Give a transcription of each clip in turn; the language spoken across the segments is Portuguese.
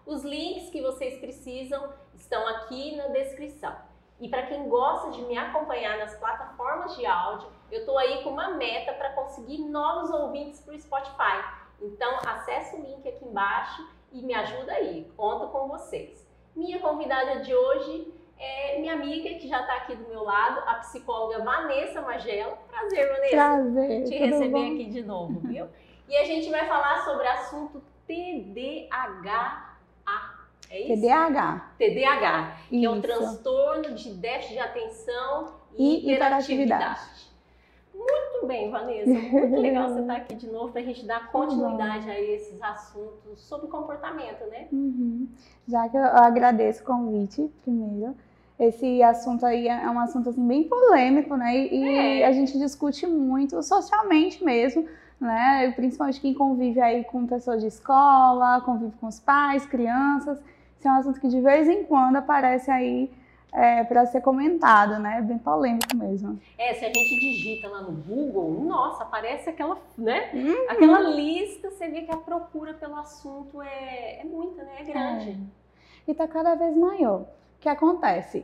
Os links que vocês precisam estão aqui na descrição. E para quem gosta de me acompanhar nas plataformas de áudio, eu estou aí com uma meta para conseguir novos ouvintes para o Spotify. Então, acesse o link aqui embaixo e me ajuda aí. Conto com vocês. Minha convidada de hoje é minha amiga, que já está aqui do meu lado, a psicóloga Vanessa Magela. Prazer, Vanessa. Prazer. Te receber aqui de novo, viu? E a gente vai falar sobre o assunto TDAH. É isso? TDAH. TDAH, que é um Isso. transtorno de déficit de atenção E e hiperatividade. hiperatividade. Muito bem, Vanessa. Muito legal você estar aqui de novo para a gente dar continuidade a esses assuntos sobre comportamento, né? Já que eu agradeço o convite, primeiro. Esse assunto aí é um assunto assim, bem polêmico, né? E a gente discute muito socialmente mesmo, né? Principalmente quem convive aí com pessoas de escola, convive com os pais, crianças. Esse é um assunto que de vez em quando aparece aí para ser comentado, né? Bem polêmico mesmo. Se a gente digita lá no Google, nossa, aparece aquela, né? Aquela lista, você vê que a procura pelo assunto é muita, né? É grande. E está cada vez maior. O que acontece?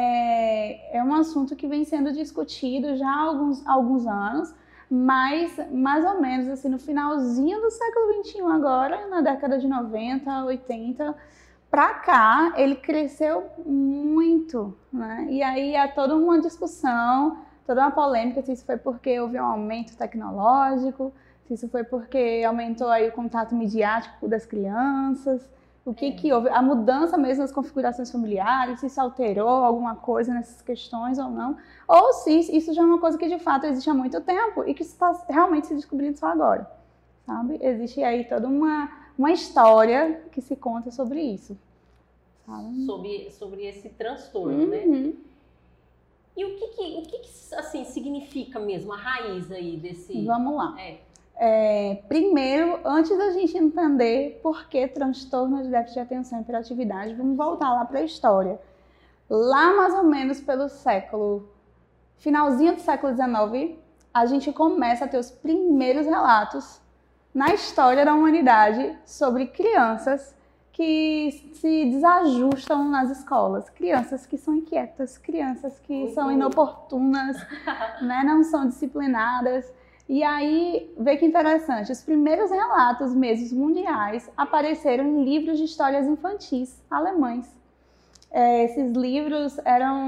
É um assunto que vem sendo discutido já há alguns anos, mas mais ou menos assim, no finalzinho do século XXI agora, na década de 90, 80, para cá, ele cresceu muito, né? E aí há toda uma discussão, toda uma polêmica, se isso foi porque houve um aumento tecnológico, se isso foi porque aumentou aí o contato midiático das crianças, o que houve, a mudança mesmo nas configurações familiares, se isso alterou alguma coisa nessas questões ou não, ou se isso já é uma coisa que de fato existe há muito tempo e que está realmente se descobrindo só agora, sabe? Existe aí toda uma história que se conta sobre isso, sabe? Sobre esse transtorno, né? E o que assim, significa mesmo a raiz aí desse... Vamos lá. Primeiro, antes da gente entender por que transtorno de déficit de atenção e hiperatividade, vamos voltar lá para a história. Lá mais ou menos pelo finalzinho do século XIX, a gente começa a ter os primeiros relatos na história da humanidade sobre crianças que se desajustam nas escolas, crianças que são inquietas, crianças que são inoportunas, né, não são disciplinadas. E aí, vê que interessante, os primeiros relatos mesmo mundiais apareceram em livros de histórias infantis alemães. Esses livros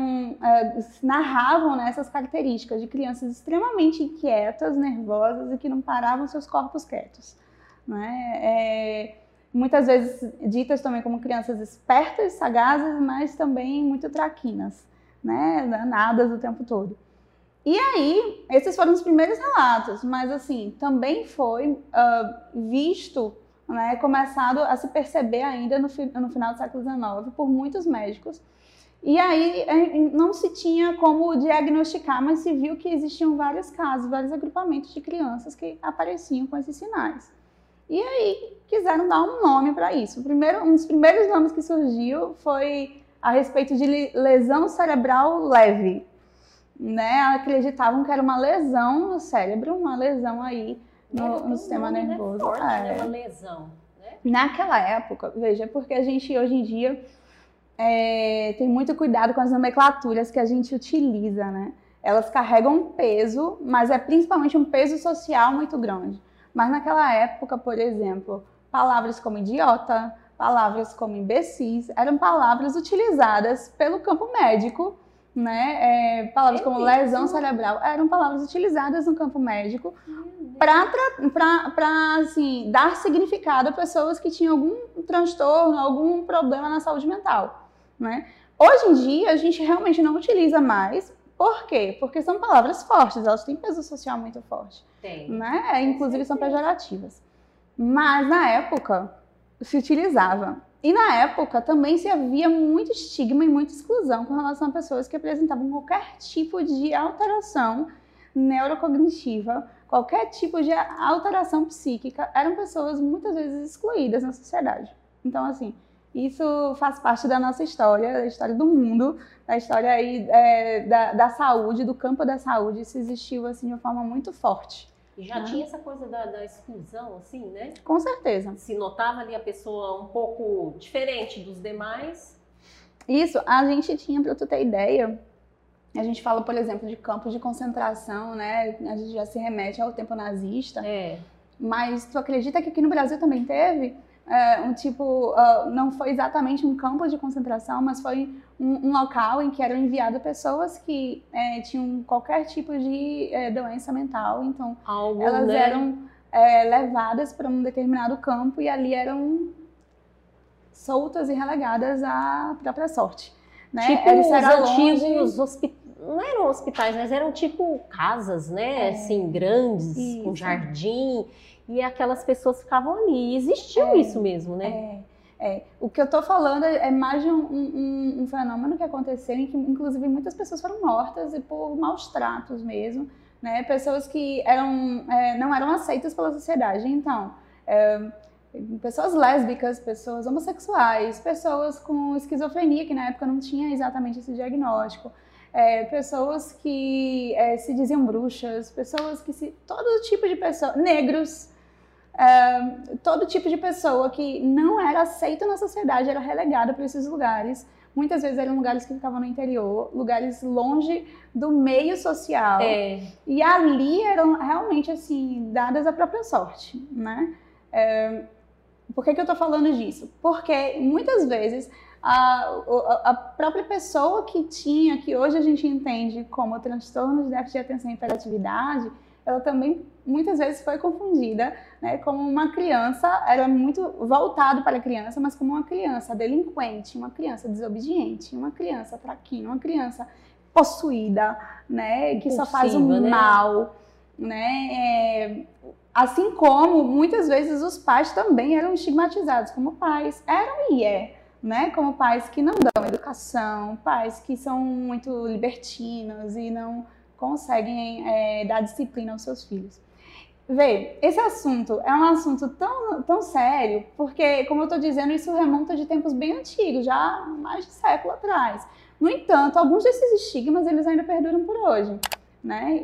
narravam, né, essas características de crianças extremamente inquietas, nervosas e que não paravam seus corpos quietos, né? Muitas vezes ditas também como crianças espertas, sagazes, mas também muito traquinas, né, danadas o tempo todo. E aí, esses foram os primeiros relatos, mas assim, também foi visto, né, começado a se perceber ainda no final do século XIX por muitos médicos. E aí não se tinha como diagnosticar, mas se viu que existiam vários casos, vários agrupamentos de crianças que apareciam com esses sinais. E aí quiseram dar um nome para isso. Um dos primeiros nomes que surgiu foi a respeito de lesão cerebral leve. Né, acreditavam que era uma lesão no cérebro, uma lesão aí no sistema nervoso. Forte, né? Uma lesão, né? Naquela época, veja, porque a gente hoje em dia tem muito cuidado com as nomenclaturas que a gente utiliza, né? Elas carregam um peso, mas é principalmente um peso social muito grande. Mas naquela época, por exemplo, palavras como idiota, palavras como imbecis, eram palavras utilizadas pelo campo médico, né? Palavras como lesão cerebral eram palavras utilizadas no campo médico para assim, dar significado a pessoas que tinham algum transtorno, algum problema na saúde mental, né? Hoje em dia a gente realmente não utiliza mais. Por quê? Porque são palavras fortes, elas têm peso social muito forte, né? Inclusive são pejorativas. Mas na época se utilizava. E na época também se havia muito estigma e muita exclusão com relação a pessoas que apresentavam qualquer tipo de alteração neurocognitiva, qualquer tipo de alteração psíquica, eram pessoas muitas vezes excluídas na sociedade. Então, assim, isso faz parte da nossa história, da história do mundo, da história aí, da saúde, do campo da saúde. Isso existiu assim, de uma forma muito forte E já tinha essa coisa da exclusão, assim, né? Com certeza. Se notava ali a pessoa um pouco diferente dos demais. Isso, a gente tinha, para tu ter ideia, a gente fala, por exemplo, de campos de concentração, né? A gente já se remete ao tempo nazista. Mas tu acredita que aqui no Brasil também teve não foi exatamente um campo de concentração, mas foi um local em que eram enviadas pessoas que tinham qualquer tipo de doença mental. Então, elas eram levadas para um determinado campo e ali eram soltas e relegadas à própria sorte. Né? Tipo eles eram antigos não eram hospitais, mas eram tipo casas, né? Assim, grandes, isso, com jardim. E aquelas pessoas ficavam ali. Existiu isso mesmo, né? O que eu tô falando é mais de um fenômeno que aconteceu em que, inclusive, muitas pessoas foram mortas e por maus tratos mesmo, né? Pessoas que não eram aceitas pela sociedade. Então, pessoas lésbicas, pessoas homossexuais, pessoas com esquizofrenia, que na época não tinha exatamente esse diagnóstico, pessoas que se diziam bruxas, pessoas que todo tipo de pessoa, negros, todo tipo de pessoa que não era aceita na sociedade era relegada para esses lugares. Muitas vezes eram lugares que ficavam no interior, lugares longe do meio social. E ali eram realmente assim dadas à própria sorte, né? Por que eu tô falando disso? Porque muitas vezes a própria pessoa que hoje a gente entende como transtorno de déficit de atenção e hiperatividade, ela também muitas vezes foi confundida, né, como uma criança, era muito voltado para a criança, mas como uma criança delinquente, uma criança desobediente, uma criança traquina, uma criança possuída, né, que só faz o mal, né? Assim como muitas vezes os pais também eram estigmatizados como pais, eram e né? Como pais que não dão educação, pais que são muito libertinos e não conseguem dar disciplina aos seus filhos. Vê, esse assunto é um assunto tão sério, porque, como eu estou dizendo, isso remonta de tempos bem antigos, já mais de século atrás. No entanto, alguns desses estigmas, eles ainda perduram por hoje, né?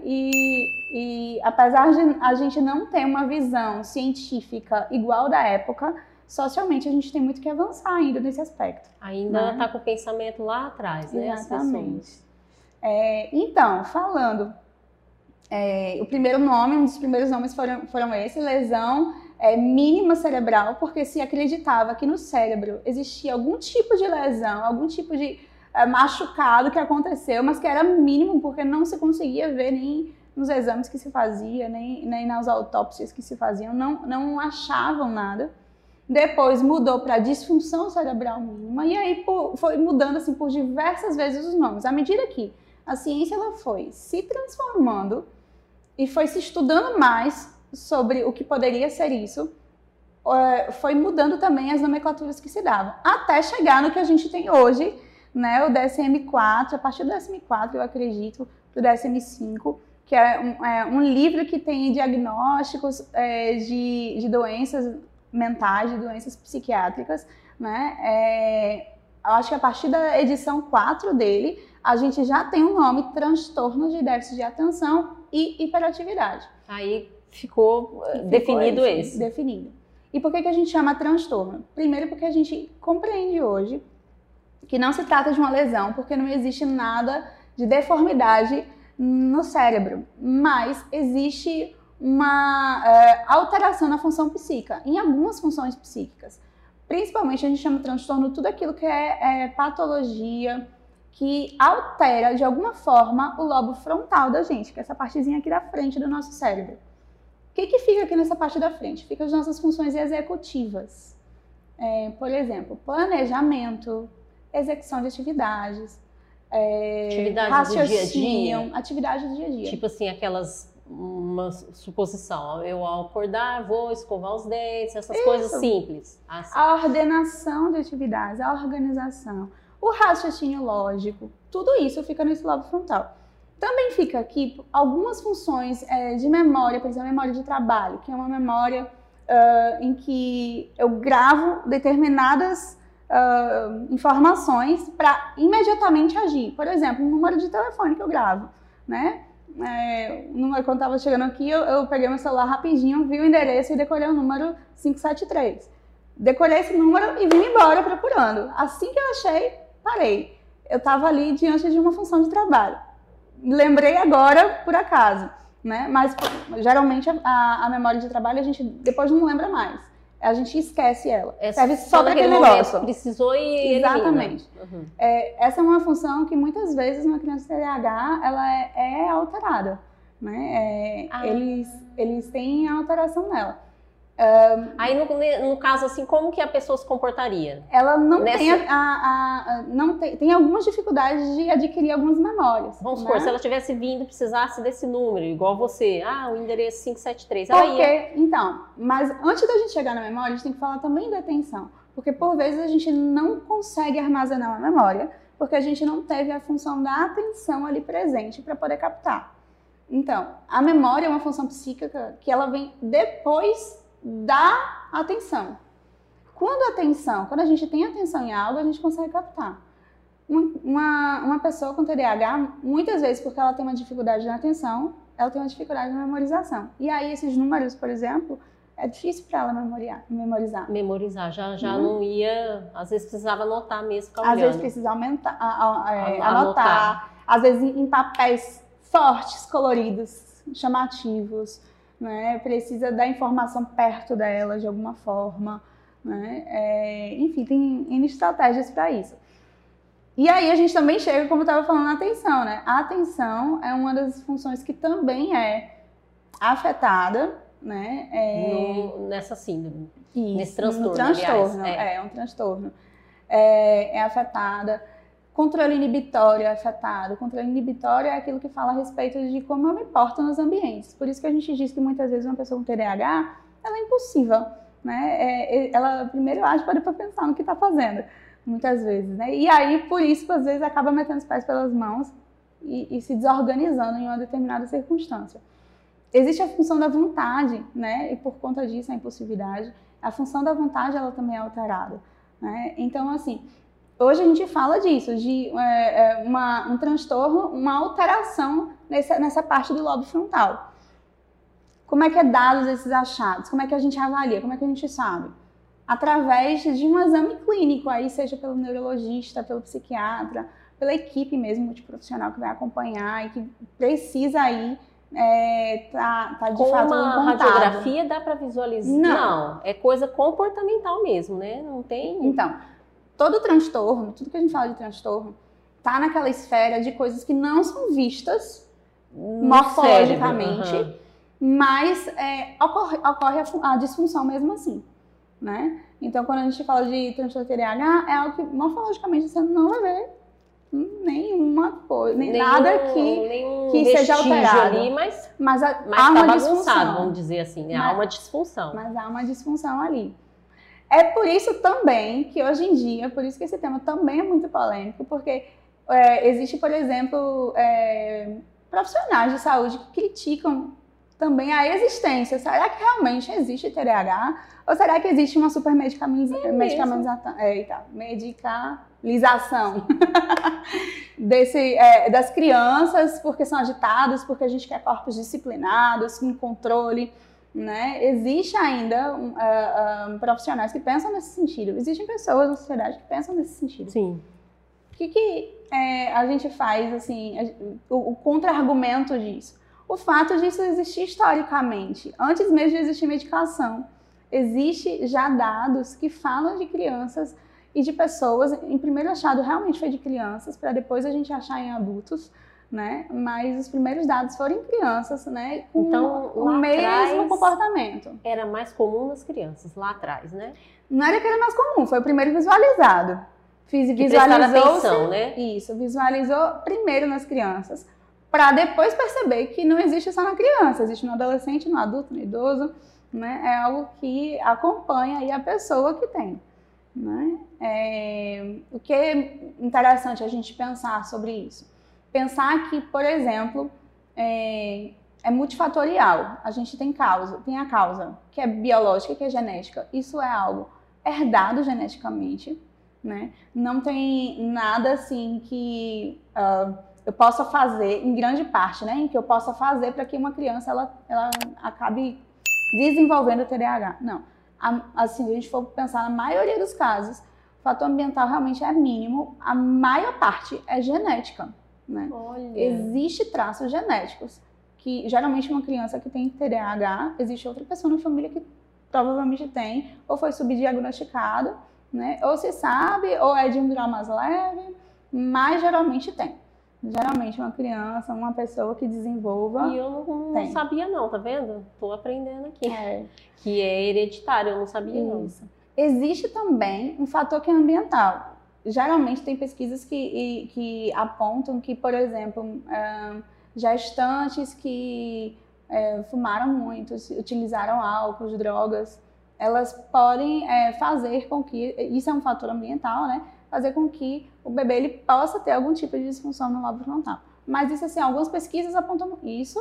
E apesar de a gente não ter uma visão científica igual da época, socialmente a gente tem muito que avançar ainda nesse aspecto. Ainda está com o pensamento lá atrás, né? Exatamente. Então, falando, o primeiro nome, um dos primeiros nomes foram esse, lesão mínima cerebral, porque se acreditava que no cérebro existia algum tipo de lesão, algum tipo de machucado que aconteceu, mas que era mínimo, porque não se conseguia ver nem nos exames que se fazia, nem nas autópsias que se faziam, não achavam nada. Depois mudou para disfunção cerebral mínima, e aí foi mudando assim, por diversas vezes os nomes. À medida que a ciência ela foi se transformando e foi se estudando mais sobre o que poderia ser isso, foi mudando também as nomenclaturas que se davam, até chegar no que a gente tem hoje, né, o DSM-4, a partir do DSM-4, eu acredito, do DSM-5, que é um livro que tem diagnósticos de doenças mentais, de doenças psiquiátricas, né? Eu acho que a partir da edição 4 dele, a gente já tem um nome, transtorno de déficit de atenção e hiperatividade. Aí ficou definido esse. Definido. E por que a gente chama transtorno? Primeiro porque a gente compreende hoje que não se trata de uma lesão, porque não existe nada de deformidade no cérebro, mas existe uma alteração na função psíquica, em algumas funções psíquicas. Principalmente a gente chama de transtorno tudo aquilo que é patologia, que altera de alguma forma o lobo frontal da gente, que é essa partezinha aqui da frente do nosso cérebro. O que fica aqui nessa parte da frente? Fica as nossas funções executivas. Por exemplo, planejamento, execução de atividades, atividades do dia a dia. Atividade do dia a dia. Tipo assim, uma suposição, eu ao acordar vou escovar os dentes, essas coisas simples. Assim. A ordenação de atividades, a organização, o raciocínio lógico, tudo isso fica nesse lobo frontal. Também fica aqui algumas funções de memória, por exemplo, a memória de trabalho, que é uma memória em que eu gravo determinadas informações para imediatamente agir. Por exemplo, um número de telefone que eu gravo, né? Quando estava chegando aqui, eu peguei meu celular rapidinho, vi o endereço e decorei o número 573. Decorei esse número e vim embora procurando. Assim que eu achei, parei. Eu estava ali diante de uma função de trabalho. Lembrei agora, por acaso, né? Mas geralmente a memória de trabalho a gente depois não lembra mais. A gente esquece ela. Serve só para aquele negócio. Precisou e exatamente. Essa é uma função que muitas vezes uma criança TDAH ela é alterada, né? Eles têm alteração nela. Aí no caso assim, como que a pessoa se comportaria? Ela não tem algumas dificuldades de adquirir algumas memórias. Vamos supor, se ela tivesse vindo e precisasse desse número, igual você, o endereço 573, Então, mas antes da gente chegar na memória, a gente tem que falar também da atenção. Porque por vezes a gente não consegue armazenar uma memória, porque a gente não teve a função da atenção ali presente para poder captar. Então, a memória é uma função psíquica que ela vem depois da atenção. Quando a gente tem atenção em algo, a gente consegue captar. Uma pessoa com TDAH, muitas vezes, porque ela tem uma dificuldade na atenção, ela tem uma dificuldade na memorização. E aí, esses números, por exemplo, é difícil para ela memorizar. Já não ia... Às vezes precisava anotar mesmo, ficar olhando. Às vezes precisa anotar. Às vezes em papéis fortes, coloridos, chamativos. Né? Precisa da informação perto dela de alguma forma, né? Enfim, tem N estratégias para isso. E aí a gente também chega, como eu estava falando, na atenção, né? A atenção é uma das funções que também é afetada, né? Nessa síndrome, isso, nesse transtorno, no transtorno, aliás. É um transtorno. É afetada. Controle inibitório é afetado. Controle inibitório é aquilo que fala a respeito de como eu me porto nos ambientes. Por isso que a gente diz que muitas vezes uma pessoa com TDAH, ela é impulsiva, né? Ela primeiro age para depois pensar no que está fazendo, muitas vezes, né? E aí, por isso, às vezes, acaba metendo os pés pelas mãos e se desorganizando em uma determinada circunstância. Existe a função da vontade, né? E por conta disso, a impulsividade. A função da vontade, ela também é alterada, né? Então, assim... Hoje a gente fala disso, de um transtorno, uma alteração nessa parte do lobo frontal. Como é que é dados esses achados? Como é que a gente avalia? Como é que a gente sabe? Através de um exame clínico, aí seja pelo neurologista, pelo psiquiatra, pela equipe mesmo multiprofissional que vai acompanhar e que precisa aí tá de fato uma contado. Radiografia dá para visualizar? Não, é coisa comportamental mesmo, né? Não tem... Então... Todo transtorno, tudo que a gente fala de transtorno, tá naquela esfera de coisas que não são vistas morfologicamente, mas ocorre a disfunção mesmo assim, né? Então, quando a gente fala de transtorno TDAH, é algo que morfologicamente você não vai ver nenhuma coisa, nada que seja alterado. Ali, mas há tá uma bagunçado, disfunção. vamos dizer assim, né? Há uma disfunção. Mas há uma disfunção ali. É por isso também que hoje em dia, por isso que esse tema também é muito polêmico, porque existe, por exemplo, profissionais de saúde que criticam também a existência. Será que realmente existe TDAH? Ou será que existe uma medicalização das crianças porque são agitadas, porque a gente quer corpos disciplinados, com controle? Né? Existe ainda profissionais que pensam nesse sentido. Existem pessoas na sociedade que pensam nesse sentido. Sim. O que a gente faz, assim, o contra-argumento disso? O fato disso existir historicamente. Antes mesmo de existir medicação, existe já dados que falam de crianças e de pessoas. Em primeiro achado realmente foi de crianças, para depois a gente achar em adultos. Né? Mas os primeiros dados foram em crianças, né? Com então, o mesmo comportamento. Era mais comum nas crianças, lá atrás, né? Não era que era mais comum, foi o primeiro visualizado. Atenção, né? Isso, visualizou primeiro nas crianças, para depois perceber que não existe só na criança, existe no adolescente, no adulto, no idoso, né? É algo que acompanha aí a pessoa que tem. Né? O que é interessante a gente pensar sobre isso? Pensar que, por exemplo, é multifatorial. A gente tem a causa, que é biológica, que é genética. Isso é algo herdado geneticamente, né? Não tem nada assim que eu possa fazer, em grande parte, né, em que eu possa fazer para que uma criança ela acabe desenvolvendo o TDAH. Não. Assim, se a gente for pensar na maioria dos casos, o fator ambiental realmente é mínimo, a maior parte é genética, né? Existem traços genéticos, que geralmente uma criança que tem TDAH, existe outra pessoa na família que provavelmente tem, ou foi subdiagnosticado, né? Ou se sabe, ou é de um grau mais leve, mas geralmente tem. Geralmente uma criança, uma pessoa que desenvolva... E eu não sabia não, tá vendo? Tô aprendendo aqui. Que é hereditário, eu não sabia não. Existe também um fator que é ambiental. Geralmente tem pesquisas que apontam que, por exemplo, gestantes que fumaram muito, utilizaram álcool, drogas, elas podem fazer com que... Isso é um fator ambiental, né? Fazer com que o bebê ele possa ter algum tipo de disfunção no lobo frontal. Mas isso, assim, algumas pesquisas apontam isso,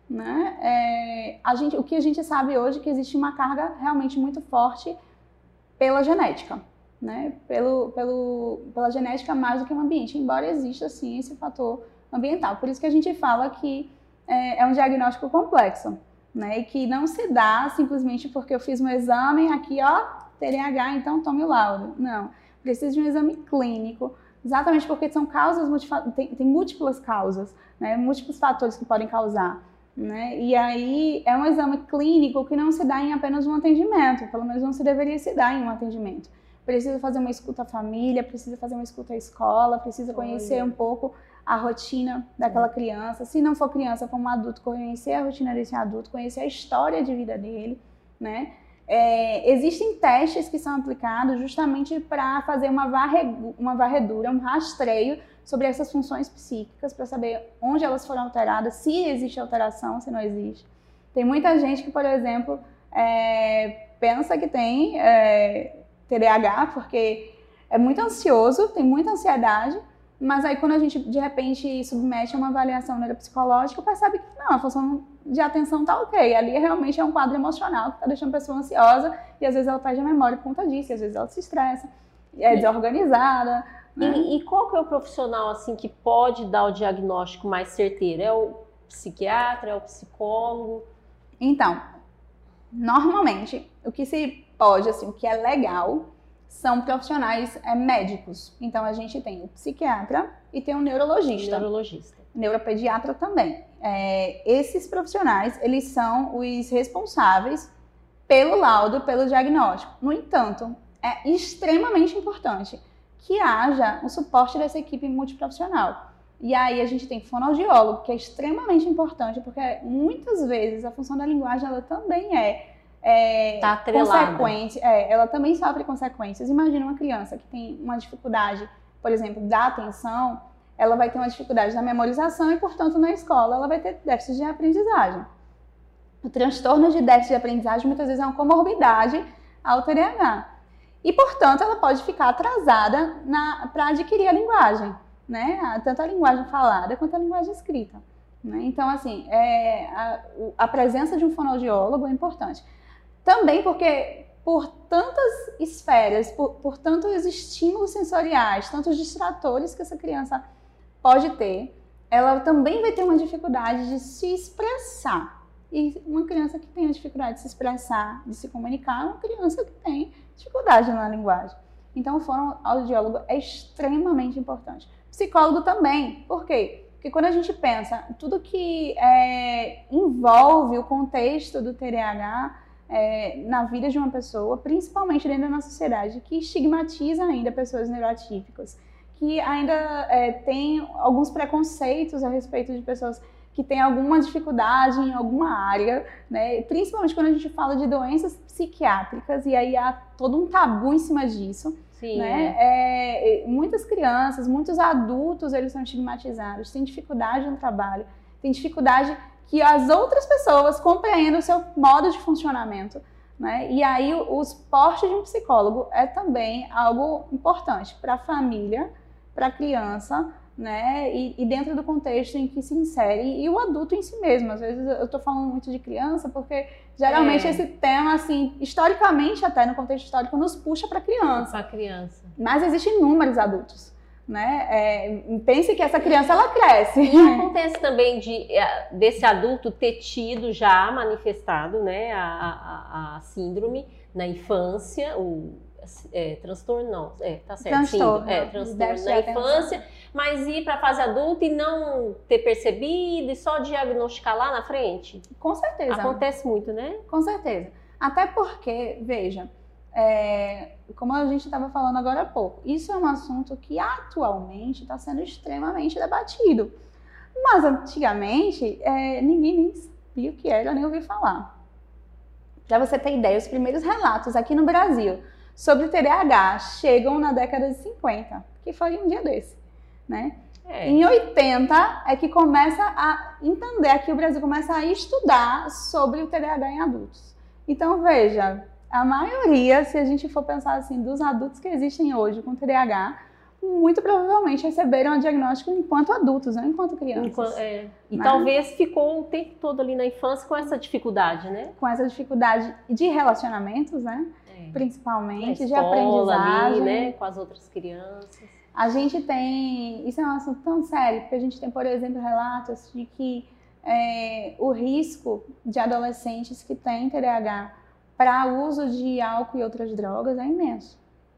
né? O que a gente sabe hoje é que existe uma carga realmente muito forte pela genética, né? Pela genética mais do que o ambiente, embora exista, sim, esse fator ambiental. Por isso que a gente fala que é um diagnóstico complexo, né? E que não se dá simplesmente porque eu fiz um exame aqui, ó, TDAH, então tome o laudo. Não. Precisa de um exame clínico, exatamente porque são causas, tem múltiplas causas, né? Múltiplos fatores que podem causar, né? E aí é um exame clínico que não se dá em apenas um atendimento, pelo menos não se deveria se dar em um atendimento. Precisa fazer uma escuta à família, precisa fazer uma escuta à escola, precisa conhecer um pouco a rotina daquela criança. Se não for criança, como adulto, conhecer a rotina desse adulto, conhecer a história de vida dele, né? Existem testes que são aplicados justamente para fazer uma varredura, um rastreio sobre essas funções psíquicas, para saber onde elas foram alteradas, se existe alteração, se não existe. Tem muita gente que, por exemplo, pensa que tem TDAH porque é muito ansioso, tem muita ansiedade, mas aí quando a gente, de repente, submete a uma avaliação neuropsicológica, percebe que não, a função de atenção tá ok. Ali realmente é um quadro emocional que tá deixando a pessoa ansiosa e às vezes ela perde a memória por conta disso, e às vezes ela se estressa, é desorganizada. Né? E qual que é o profissional assim que pode dar o diagnóstico mais certeiro? É o psiquiatra, é o psicólogo? Então, normalmente, o que se pode, assim, o que é legal, são profissionais médicos. Então, a gente tem o psiquiatra e tem o neurologista. Neuropediatra também. Esses profissionais, eles são os responsáveis pelo laudo, pelo diagnóstico. No entanto, é extremamente importante que haja um suporte dessa equipe multiprofissional. E aí a gente tem fonoaudiólogo, que é extremamente importante, porque muitas vezes a função da linguagem ela também tá atrelada. Consequente, ela também sofre consequências. Imagina uma criança que tem uma dificuldade, por exemplo, da atenção, ela vai ter uma dificuldade na memorização e, portanto, na escola ela vai ter déficit de aprendizagem. O transtorno de déficit de aprendizagem muitas vezes é uma comorbidade ao TDAH. E, portanto, ela pode ficar atrasada para adquirir a linguagem, né? Tanto a linguagem falada quanto a linguagem escrita. Né? Então, assim, a presença de um fonoaudiólogo é importante. Também porque, por tantas esferas, por tantos estímulos sensoriais, tantos distratores que essa criança pode ter, ela também vai ter uma dificuldade de se expressar. E uma criança que tem a dificuldade de se expressar, de se comunicar, é uma criança que tem dificuldade na linguagem. Então, o fonoaudiólogo é extremamente importante. Psicólogo também. Por quê? Porque quando a gente pensa tudo que envolve o contexto do TDAH na vida de uma pessoa, principalmente dentro da nossa sociedade, que estigmatiza ainda pessoas neuroatípicas, que ainda tem alguns preconceitos a respeito de pessoas que têm alguma dificuldade em alguma área, né? Principalmente quando a gente fala de doenças psiquiátricas, e aí há todo um tabu em cima disso. Sim. Né? Muitas crianças, muitos adultos, eles são estigmatizados, têm dificuldade no trabalho, têm dificuldade que as outras pessoas compreendam o seu modo de funcionamento. Né? E aí o suporte de um psicólogo é também algo importante para a família, para a criança, né? E dentro do contexto em que se insere, e o adulto em si mesmo. Às vezes eu estou falando muito de criança, porque geralmente esse tema, assim, historicamente até, no contexto histórico, nos puxa para a criança. Para a criança. Mas existem inúmeros adultos, né? Pense que essa criança, ela cresce. E acontece também desse adulto ter tido já manifestado, né, a síndrome na infância, transtorno não, tá certo, transtorno na infância, mas ir para a fase adulta e não ter percebido e só diagnosticar lá na frente? Com certeza. Acontece muito, né? Com certeza. Até porque, veja, como a gente estava falando agora há pouco, isso é um assunto que atualmente está sendo extremamente debatido. Mas antigamente, ninguém nem sabia o que era, nem ouviu falar. Para você ter ideia, os primeiros relatos aqui no Brasil sobre o TDAH chegam na década de 50, que foi um dia desse, né? Em 80 é que começa a entender, aqui o Brasil começa a estudar sobre o TDAH em adultos. Então, veja, a maioria, se a gente for pensar assim, dos adultos que existem hoje com TDAH, muito provavelmente receberam o diagnóstico enquanto adultos, não enquanto crianças. E talvez ficou o tempo todo ali na infância com essa dificuldade, né? Com essa dificuldade de relacionamentos, né? Principalmente, de ali, aprendizagem. né? Com as outras crianças. A gente tem, isso é um assunto tão sério, porque a gente tem, por exemplo, relatos de que o risco de adolescentes que têm TDAH para uso de álcool e outras drogas é imenso.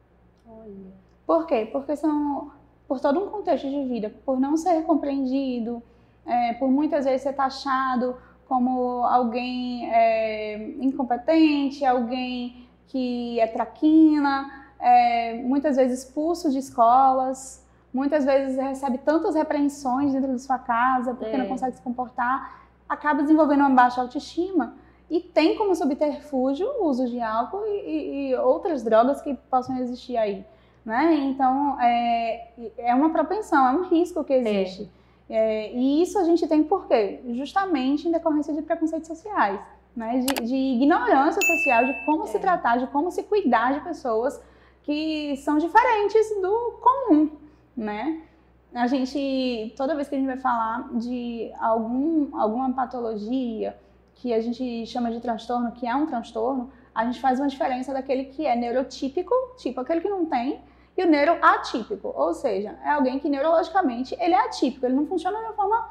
Olha. Por quê? Porque são, por todo um contexto de vida, por não ser compreendido, por muitas vezes ser taxado como alguém incompetente, alguém que é traquina, muitas vezes expulso de escolas, muitas vezes recebe tantas repreensões dentro da sua casa porque não consegue se comportar, acaba desenvolvendo uma baixa autoestima e tem como subterfúgio o uso de álcool e outras drogas que possam existir aí. Né? Então, é uma propensão, é um risco que existe. E isso a gente tem por quê? Justamente em decorrência de preconceitos sociais, né? De ignorância social, de como se tratar, de como se cuidar de pessoas que são diferentes do comum, né? A gente, toda vez que a gente vai falar de alguma patologia que a gente chama de transtorno, que é um transtorno, a gente faz uma diferença daquele que é neurotípico, tipo aquele que não tem, e o neuroatípico, ou seja, é alguém que neurologicamente ele é atípico, ele não funciona de uma forma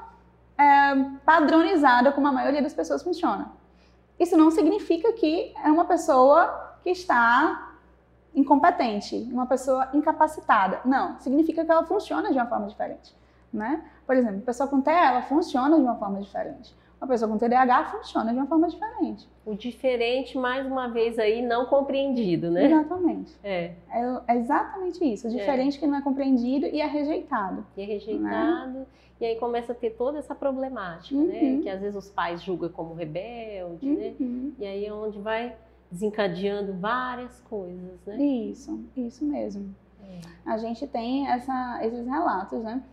padronizada como a maioria das pessoas funciona. Isso não significa que é uma pessoa que está incompetente, uma pessoa incapacitada. Não, significa que ela funciona de uma forma diferente, né? Por exemplo, a pessoa com TEA, ela funciona de uma forma diferente. Uma pessoa com TDAH funciona de uma forma diferente. O diferente, mais uma vez aí, não compreendido, né? Exatamente. É exatamente isso. O diferente que não é compreendido e é rejeitado. E é rejeitado. Né? E aí começa a ter toda essa problemática, né? Que às vezes os pais julgam como rebelde, né? E aí é onde vai desencadeando várias coisas, né? Isso mesmo. A gente tem esses relatos, né?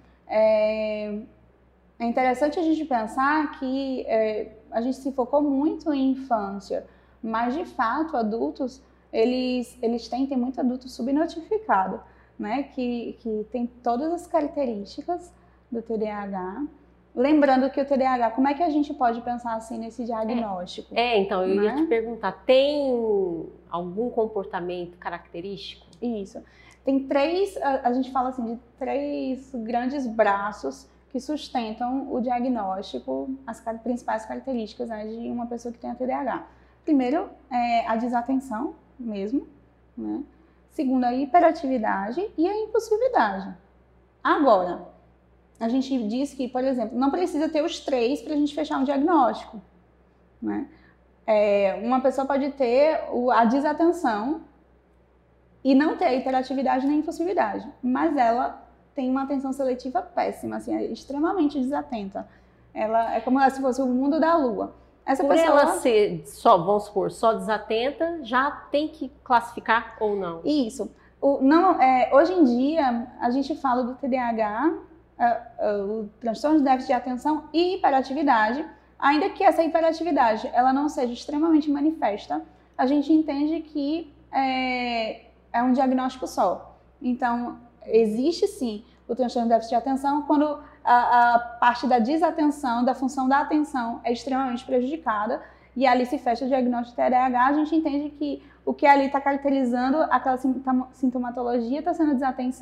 É interessante a gente pensar que a gente se focou muito em infância, mas de fato adultos, eles tem muito adulto subnotificado, né? Que tem todas as características do TDAH. Lembrando que o TDAH, como é que a gente pode pensar assim nesse diagnóstico? Então, eu ia te perguntar, tem algum comportamento característico? Isso. Tem a gente fala assim, de 3 grandes braços que sustentam o diagnóstico, as principais características, né, de uma pessoa que tem a TDAH. Primeiro, a desatenção mesmo, né? Segundo, a hiperatividade e a impulsividade. Agora, a gente diz que, por exemplo, não precisa ter os 3 para a gente fechar um diagnóstico, né? Uma pessoa pode ter a desatenção e não ter a hiperatividade nem a impulsividade, mas ela tem uma atenção seletiva péssima, assim, é extremamente desatenta. Ela é como se fosse o mundo da lua. Por ela ser, vamos supor, só desatenta, já tem que classificar ou não? Isso. Hoje em dia, a gente fala do TDAH, o transtorno de déficit de atenção e hiperatividade, ainda que essa hiperatividade ela não seja extremamente manifesta, a gente entende que é um diagnóstico só. Então, existe sim o transtorno de déficit de atenção quando a parte da desatenção, da função da atenção é extremamente prejudicada e ali se fecha o diagnóstico de TDAH, a gente entende que o que ali está caracterizando aquela sintomatologia está sendo desatenção.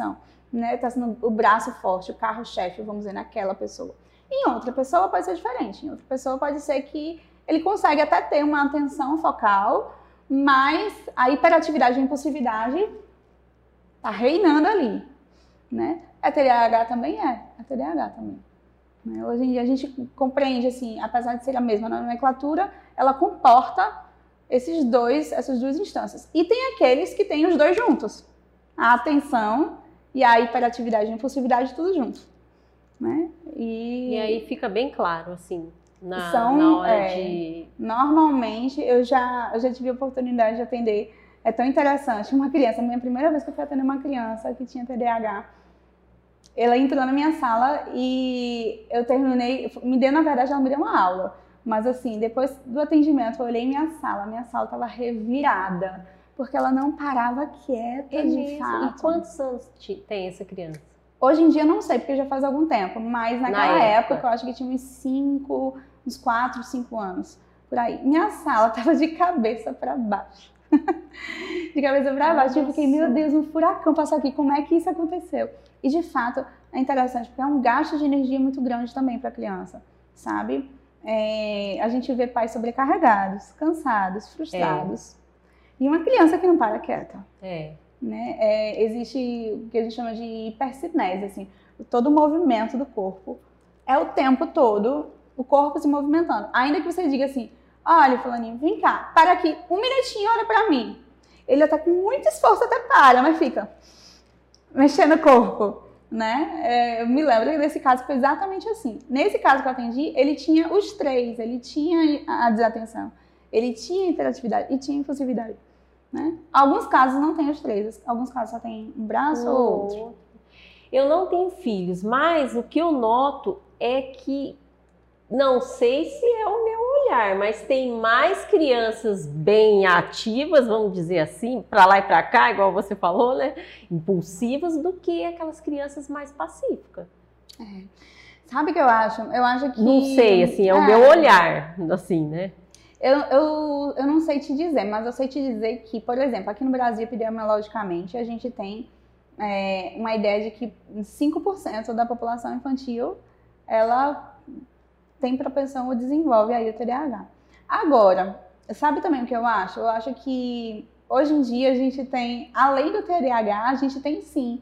né? Está sendo o braço forte, o carro-chefe, vamos dizer, naquela pessoa. Em outra pessoa pode ser diferente. Em outra pessoa pode ser que ele consegue até ter uma atenção focal, mas a hiperatividade e a impulsividade está reinando ali, né? A TDAH também é TDAH também. Né? Hoje em dia a gente compreende, assim, apesar de ser a mesma nomenclatura, ela comporta essas duas instâncias. E tem aqueles que têm os dois juntos. A atenção e a hiperatividade e a impulsividade, tudo junto. Né? E aí fica bem claro, assim, na hora de... Normalmente, eu já tive a oportunidade de atender, é tão interessante, uma criança, a minha primeira vez que eu fui atender uma criança que tinha TDAH, ela entrou na minha sala e eu terminei, na verdade, ela me deu uma aula, mas assim, depois do atendimento, eu olhei minha sala estava revirada, porque ela não parava quieta, de fato. E quantos anos tem essa criança? Hoje em dia eu não sei, porque já faz algum tempo, mas naquela época eu acho que tinha uns 4, 5 anos, por aí. Minha sala estava de cabeça para baixo. De cabeça para baixo. Eu fiquei, meu Deus, um furacão passou aqui, como é que isso aconteceu? E de fato é interessante, porque é um gasto de energia muito grande também para a criança, sabe? A gente vê pais sobrecarregados, cansados, frustrados. E uma criança que não para quieta. Né? Existe o que a gente chama de hipercinese, assim, todo o movimento do corpo é o tempo todo o corpo se movimentando, ainda que você diga assim, olha, fulaninho, vem cá, para aqui, um minutinho, olha pra mim, ele até com muito esforço até para, mas fica mexendo o corpo, né? Eu me lembro que nesse caso foi exatamente assim. Nesse caso que eu atendi, ele tinha os três, ele tinha a desatenção, ele tinha a hiperatividade e tinha a impulsividade. Né? Alguns casos não tem os três, alguns casos só tem um braço ou outro. Eu não tenho filhos, mas o que eu noto é que, não sei se é o meu olhar, mas tem mais crianças bem ativas, vamos dizer assim, para lá e para cá, igual você falou, né? Impulsivas, do que aquelas crianças mais pacíficas. Sabe o que eu acho? Eu acho que... Não sei, assim, é o meu olhar, assim, né? Eu não sei te dizer, mas eu sei te dizer que, por exemplo, aqui no Brasil, epidemiologicamente, a gente tem uma ideia de que 5% da população infantil, ela tem propensão ou desenvolve aí o TDAH. Agora, sabe também o que eu acho? Eu acho que hoje em dia a gente tem, além do TDAH, a gente tem sim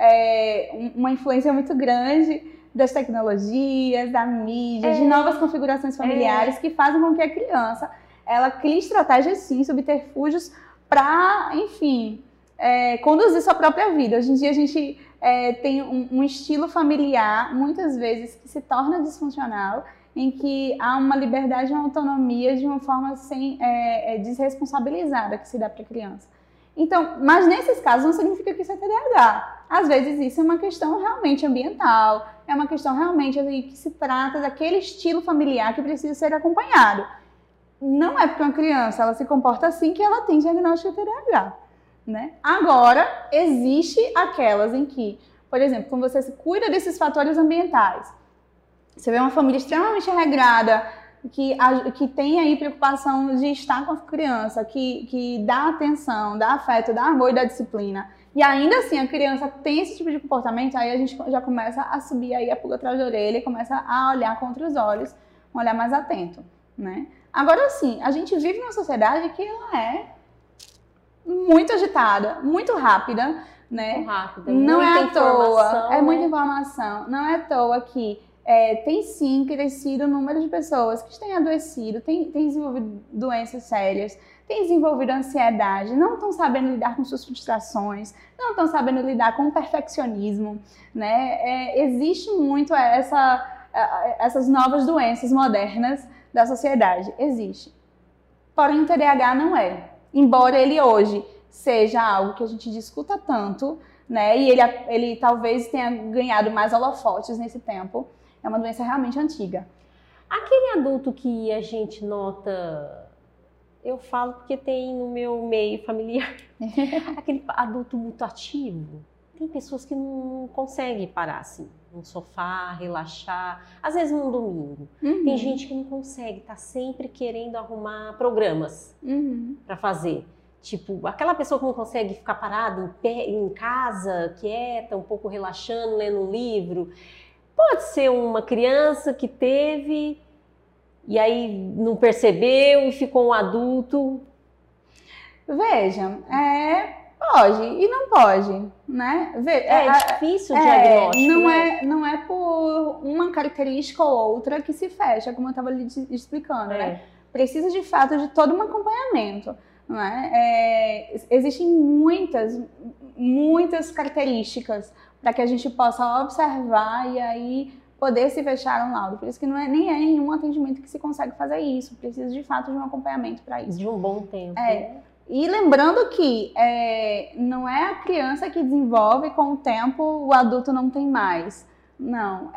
uma influência muito grande das tecnologias, da mídia, de novas configurações familiares que fazem com que a criança ela crie estratégias, sim, subterfúgios para, enfim, conduzir sua própria vida. Hoje em dia a gente tem um estilo familiar, muitas vezes, que se torna disfuncional, em que há uma liberdade e uma autonomia de uma forma desresponsabilizada que se dá para a criança. Então, mas nesses casos não significa que isso é TDAH. Às vezes isso é uma questão realmente ambiental, é uma questão realmente que se trata daquele estilo familiar que precisa ser acompanhado. Não é porque uma criança ela se comporta assim que ela tem diagnóstico de TDAH. Né? Agora, existe aquelas em que, por exemplo, quando você se cuida desses fatores ambientais, você vê uma família extremamente regrada, que tem aí preocupação de estar com a criança, que dá atenção, dá afeto, dá amor e dá disciplina, e ainda assim a criança tem esse tipo de comportamento, aí a gente já começa a subir aí a pulga atrás da orelha e começa a olhar com outros olhos, um olhar mais atento, né? Agora sim, a gente vive numa sociedade que ela é muito agitada, muito rápida, né? Muito rápida, não muita é à toa, né? Muita informação, não é à toa que tem sim crescido o número de pessoas que têm adoecido, têm desenvolvido doenças sérias, têm desenvolvido ansiedade, não estão sabendo lidar com suas frustrações, não estão sabendo lidar com o perfeccionismo, né? Existe muito essas novas doenças modernas da sociedade, existe. Porém, o TDAH não é. Embora ele hoje seja algo que a gente discuta tanto, né? E ele talvez tenha ganhado mais holofotes nesse tempo, é uma doença realmente antiga. Aquele adulto que a gente nota, eu falo porque tem no meu meio familiar, aquele adulto muito ativo, tem pessoas que não conseguem parar assim, no sofá, relaxar, às vezes num domingo. Tem gente que não consegue, tá sempre querendo arrumar programas para fazer. Tipo, aquela pessoa que não consegue ficar parada em pé, em casa, quieta, um pouco relaxando, lendo um livro. Pode ser uma criança que teve e aí não percebeu e ficou um adulto. Veja, pode e não pode, né? É difícil o diagnóstico, não é por uma característica ou outra que se fecha, como eu estava lhe explicando, né? Precisa de fato de todo um acompanhamento, não é? Existem muitas características para que a gente possa observar e aí poder se fechar um laudo. Por isso que nem é nenhum atendimento que se consegue fazer isso. Precisa de fato de um acompanhamento para isso. De um bom tempo. Né? E lembrando que não é a criança que desenvolve, com o tempo o adulto não tem mais. Não,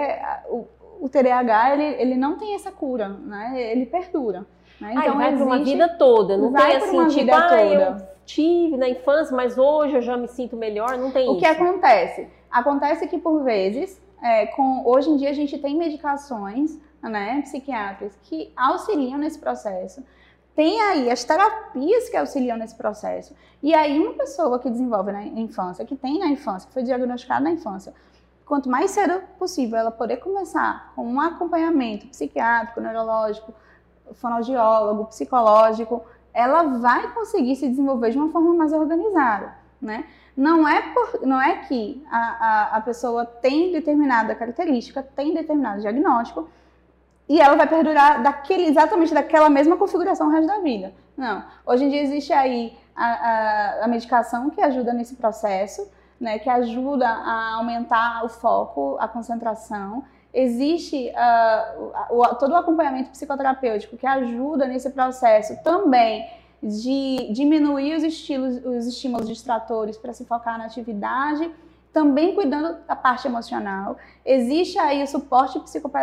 o TDAH ele não tem essa cura, né? Ele perdura. Né? Então vai para uma vida toda, não tem assim, tipo, eu tive na infância, mas hoje eu já me sinto melhor, não tem isso. O que acontece? Acontece que por vezes, hoje em dia a gente tem medicações, né, psiquiátricas que auxiliam nesse processo. Tem aí as terapias que auxiliam nesse processo. E aí uma pessoa que desenvolve na infância, que tem na infância, que foi diagnosticada na infância, quanto mais cedo possível ela poder começar com um acompanhamento psiquiátrico, neurológico, fonoaudiólogo, psicológico, ela vai conseguir se desenvolver de uma forma mais organizada, né? Não é que a pessoa tem determinada característica, tem determinado diagnóstico, e ela vai perdurar exatamente daquela mesma configuração o resto da vida. Não. Hoje em dia existe aí a medicação que ajuda nesse processo, né, que ajuda a aumentar o foco, a concentração. Existe todo o acompanhamento psicoterapêutico que ajuda nesse processo também de diminuir os estímulos distratores para se focar na atividade, também cuidando da parte emocional. Existe aí o suporte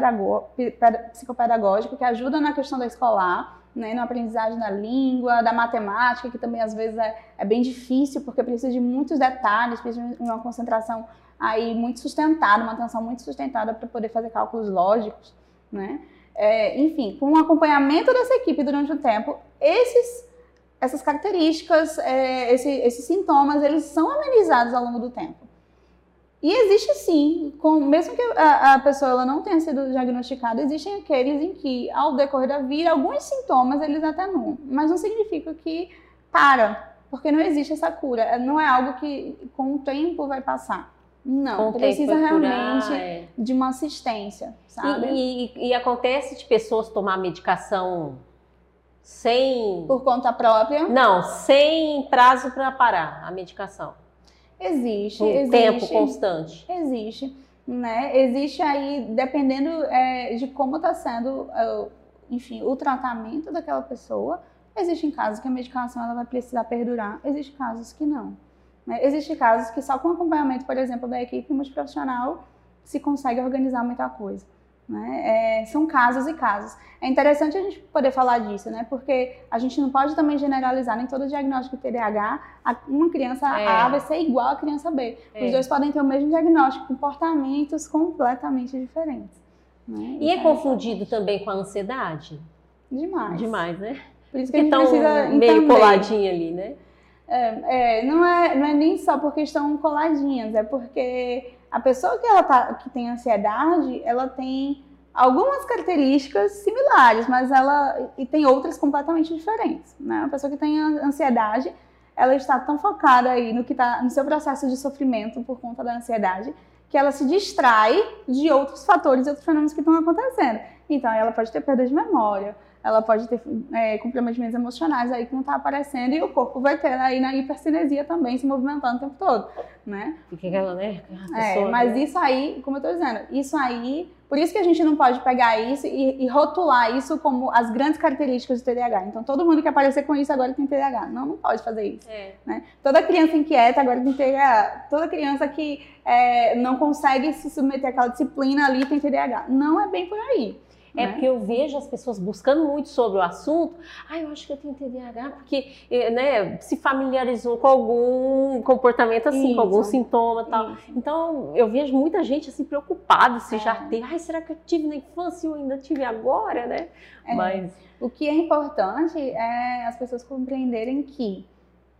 psicopedagógico que ajuda na questão da escolar, né, na aprendizagem da língua, da matemática, que também às vezes é bem difícil, porque precisa de muitos detalhes, precisa de uma concentração aí muito sustentada, uma atenção muito sustentada para poder fazer cálculos lógicos, né? Enfim, com o acompanhamento dessa equipe durante o tempo, essas características, esses sintomas, eles são amenizados ao longo do tempo. E existe sim, mesmo que a pessoa ela não tenha sido diagnosticada, existem aqueles em que, ao decorrer da vida, alguns sintomas eles atenuam, mas não significa que porque não existe essa cura, não é algo que com o tempo vai passar. Não, precisa realmente de uma assistência, sabe? E acontece de pessoas tomar medicação sem... Por conta própria? Não, sem prazo para parar a medicação. Existe. Tempo constante. Existe, né? Existe aí, dependendo de como está sendo, enfim, o tratamento daquela pessoa, existem casos que a medicação ela vai precisar perdurar, existem casos que não. Né? Existem casos que só com acompanhamento, por exemplo, da equipe multiprofissional se consegue organizar muita coisa. Né? São casos e casos. É interessante a gente poder falar disso, né? Porque a gente não pode também generalizar, nem todo diagnóstico de TDAH, uma criança A vai ser igual à criança B. Os dois podem ter o mesmo diagnóstico, comportamentos completamente diferentes. Né? E é confundido também com a ansiedade? Demais. Demais, né? Por isso que a gente precisa meio entender. coladinha ali, né? Não é nem só porque estão coladinhas, é porque a pessoa que tem ansiedade, ela tem algumas características similares, mas e tem outras completamente diferentes. Né? A pessoa que tem ansiedade, ela está tão focada aí no que está no seu processo de sofrimento por conta da ansiedade, que ela se distrai de outros fatores e outros fenômenos que estão acontecendo. Então, ela pode ter perda de memória, ela pode ter comprometimentos emocionais aí que não está aparecendo e o corpo vai ter aí na hipercinesia também se movimentando o tempo todo, né? Fica aquela, né? Mas isso aí, como eu estou dizendo, isso aí, por isso que a gente não pode pegar isso e rotular isso como as grandes características do TDAH. Então, todo mundo que aparecer com isso agora tem TDAH. Não pode fazer isso. Né? Toda criança inquieta agora tem TDAH. Toda criança que não consegue se submeter àquela disciplina ali tem TDAH. Não é bem por aí. Porque eu vejo as pessoas buscando muito sobre o assunto. Eu acho que eu tenho TDAH porque se familiarizou com algum comportamento assim, com algum sintoma e tal. Então, eu vejo muita gente assim preocupada se já teve. Será que eu tive na infância e eu ainda tive agora, né? Mas o que é importante é as pessoas compreenderem que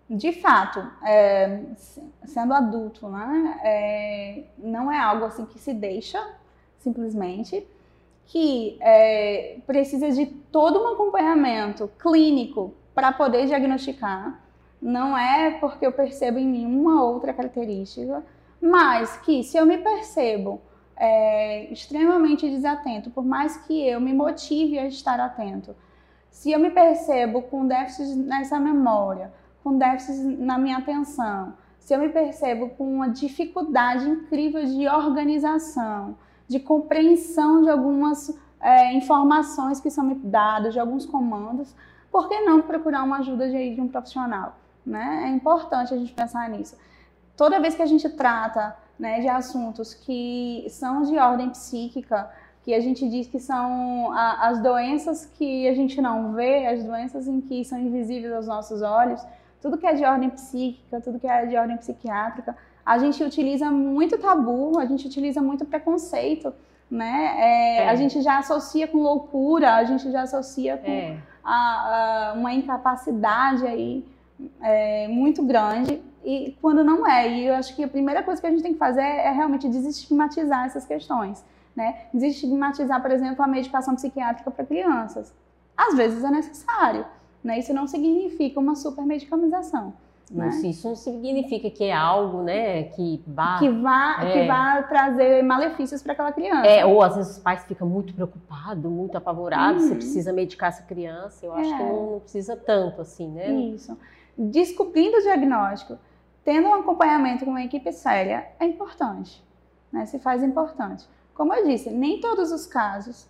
de fato, sendo adulto, né, não é algo assim que se deixa simplesmente, que precisa de todo um acompanhamento clínico para poder diagnosticar. Não é porque eu percebo em mim uma outra característica, mas que se eu me percebo extremamente desatento, por mais que eu me motive a estar atento, se eu me percebo com déficits nessa memória, com déficits na minha atenção, se eu me percebo com uma dificuldade incrível de organização, de compreensão de algumas informações que são me dadas, de alguns comandos, por que não procurar uma ajuda de um profissional? Né? É importante a gente pensar nisso. Toda vez que a gente trata, né, de assuntos que são de ordem psíquica, que a gente diz que são as doenças que a gente não vê, as doenças em que são invisíveis aos nossos olhos, tudo que é de ordem psíquica, tudo que é de ordem psiquiátrica, a gente utiliza muito tabu, a gente utiliza muito preconceito, né? A gente já associa com loucura, a gente já associa com uma incapacidade aí muito grande, e quando não é. E eu acho que a primeira coisa que a gente tem que fazer é realmente desestigmatizar essas questões, né? Desestigmatizar, por exemplo, a medicação psiquiátrica para crianças. Às vezes é necessário, né? Isso não significa uma supermedicalização. Né? Isso não significa que é algo, né, que vá trazer malefícios para aquela criança. Ou às vezes os pais ficam muito preocupados, muito apavorados, você precisa medicar essa criança. Eu acho que não precisa tanto assim, né? Isso. Descobrindo o diagnóstico, tendo um acompanhamento com uma equipe séria, é importante, né? Se faz importante. Como eu disse, nem todos os casos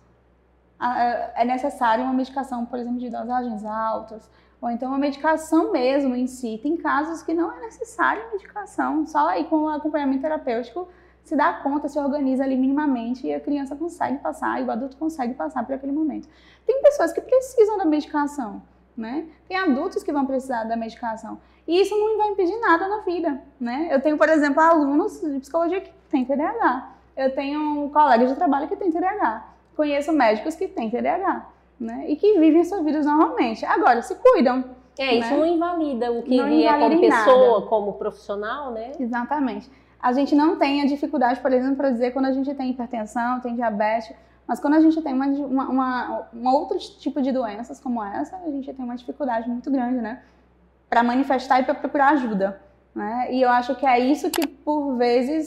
é necessário uma medicação, por exemplo, de dosagens altas, ou então uma medicação mesmo em si. Tem casos que não é necessário medicação, só aí com o acompanhamento terapêutico se dá conta, se organiza ali minimamente e a criança consegue passar, e o adulto consegue passar por aquele momento. Tem pessoas que precisam da medicação, né? Tem adultos que vão precisar da medicação. E isso não vai impedir nada na vida, né? Eu tenho, por exemplo, alunos de psicologia que têm TDAH. Eu tenho colegas de trabalho que têm TDAH. Conheço médicos que têm TDAH. Né? E que vivem suas vidas normalmente. Agora, se cuidam. Isso não invalida o que é como pessoa, nada. Como profissional, né? Exatamente. A gente não tem a dificuldade, por exemplo, para dizer quando a gente tem hipertensão, tem diabetes, mas quando a gente tem um outro tipo de doenças como essa, a gente tem uma dificuldade muito grande, né? Para manifestar e para procurar ajuda. Né? E eu acho que é isso que, por vezes,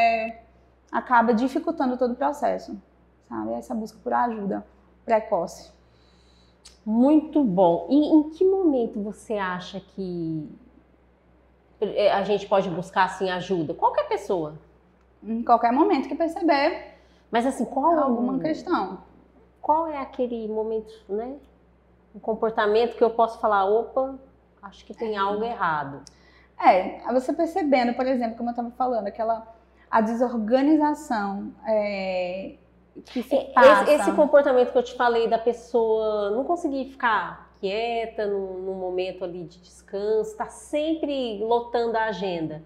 acaba dificultando todo o processo. Sabe? Essa busca por ajuda precoce. Muito bom. E em que momento você acha que a gente pode buscar assim ajuda? Qualquer pessoa. Em qualquer momento que perceber. Mas assim, alguma questão. Qual é aquele momento, né? Um comportamento que eu posso falar, opa, acho que tem algo errado. Você percebendo, por exemplo, como eu estava falando, a desorganização que se passa. Esse comportamento que eu te falei da pessoa não conseguir ficar quieta num momento ali de descanso, tá sempre lotando a agenda.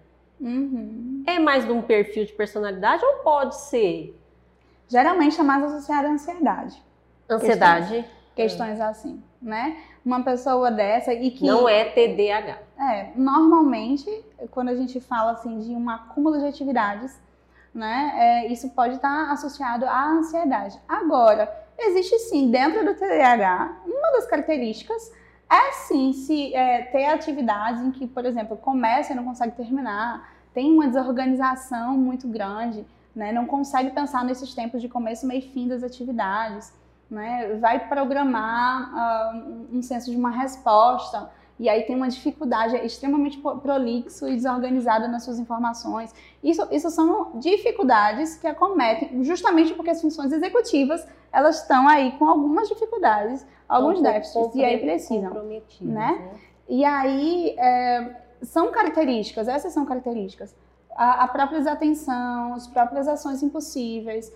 É mais de um perfil de personalidade ou pode ser? Geralmente é mais associado à ansiedade. Ansiedade? Questões assim, né? Uma pessoa dessa e que... Não é TDAH. Normalmente, quando a gente fala assim de um acúmulo de atividades, né, isso pode estar associado à ansiedade. Agora, existe sim, dentro do TDAH, uma das características sim ter atividades em que, por exemplo, começa e não consegue terminar, tem uma desorganização muito grande, né, não consegue pensar nesses tempos de começo, meio e fim das atividades, né, vai programar um senso de uma resposta, e aí tem uma dificuldade extremamente prolixo e desorganizada nas suas informações. Isso são dificuldades que acometem justamente porque as funções executivas, elas estão aí com algumas dificuldades, alguns déficits, e aí precisam. Né? E aí, são características, essas são características. A própria desatenção, as próprias ações impossíveis,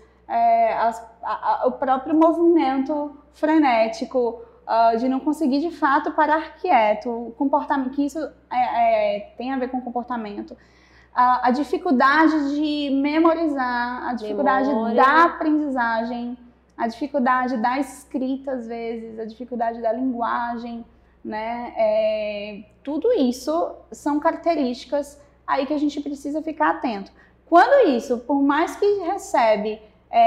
o próprio movimento frenético, de não conseguir de fato parar quieto, o comportamento, que isso tem a ver com comportamento, a dificuldade de memorizar, a dificuldade da aprendizagem, a dificuldade da escrita às vezes, a dificuldade da linguagem, né? Tudo isso são características aí que a gente precisa ficar atento. Quando isso, por mais que recebe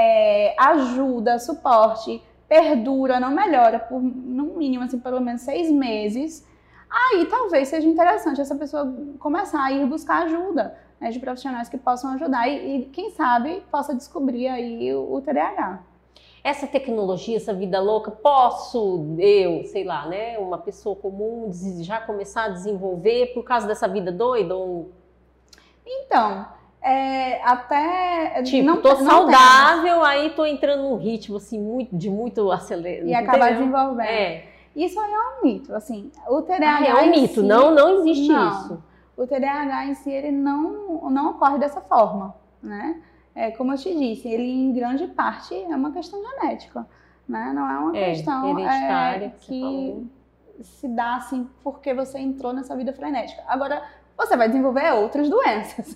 ajuda, suporte, perdura, não melhora por, no mínimo, assim, pelo menos 6 meses, aí talvez seja interessante essa pessoa começar a ir buscar ajuda, né, de profissionais que possam ajudar e quem sabe, possa descobrir aí o TDAH. Essa tecnologia, essa vida louca, posso eu, sei lá, né, uma pessoa comum, já começar a desenvolver por causa dessa vida doida? Então, até... Tipo, não, tô saudável, aí tô entrando num ritmo, assim, de muito acelerado. E acabar desenvolvendo. Isso aí é um mito, assim, o TDAH é um mito, si, não existe isso. O TDAH em si, ele não ocorre dessa forma, né? Como eu te disse, ele em grande parte é uma questão genética, né? Não é uma questão hereditária que se dá assim porque você entrou nessa vida frenética. Agora, você vai desenvolver outras doenças.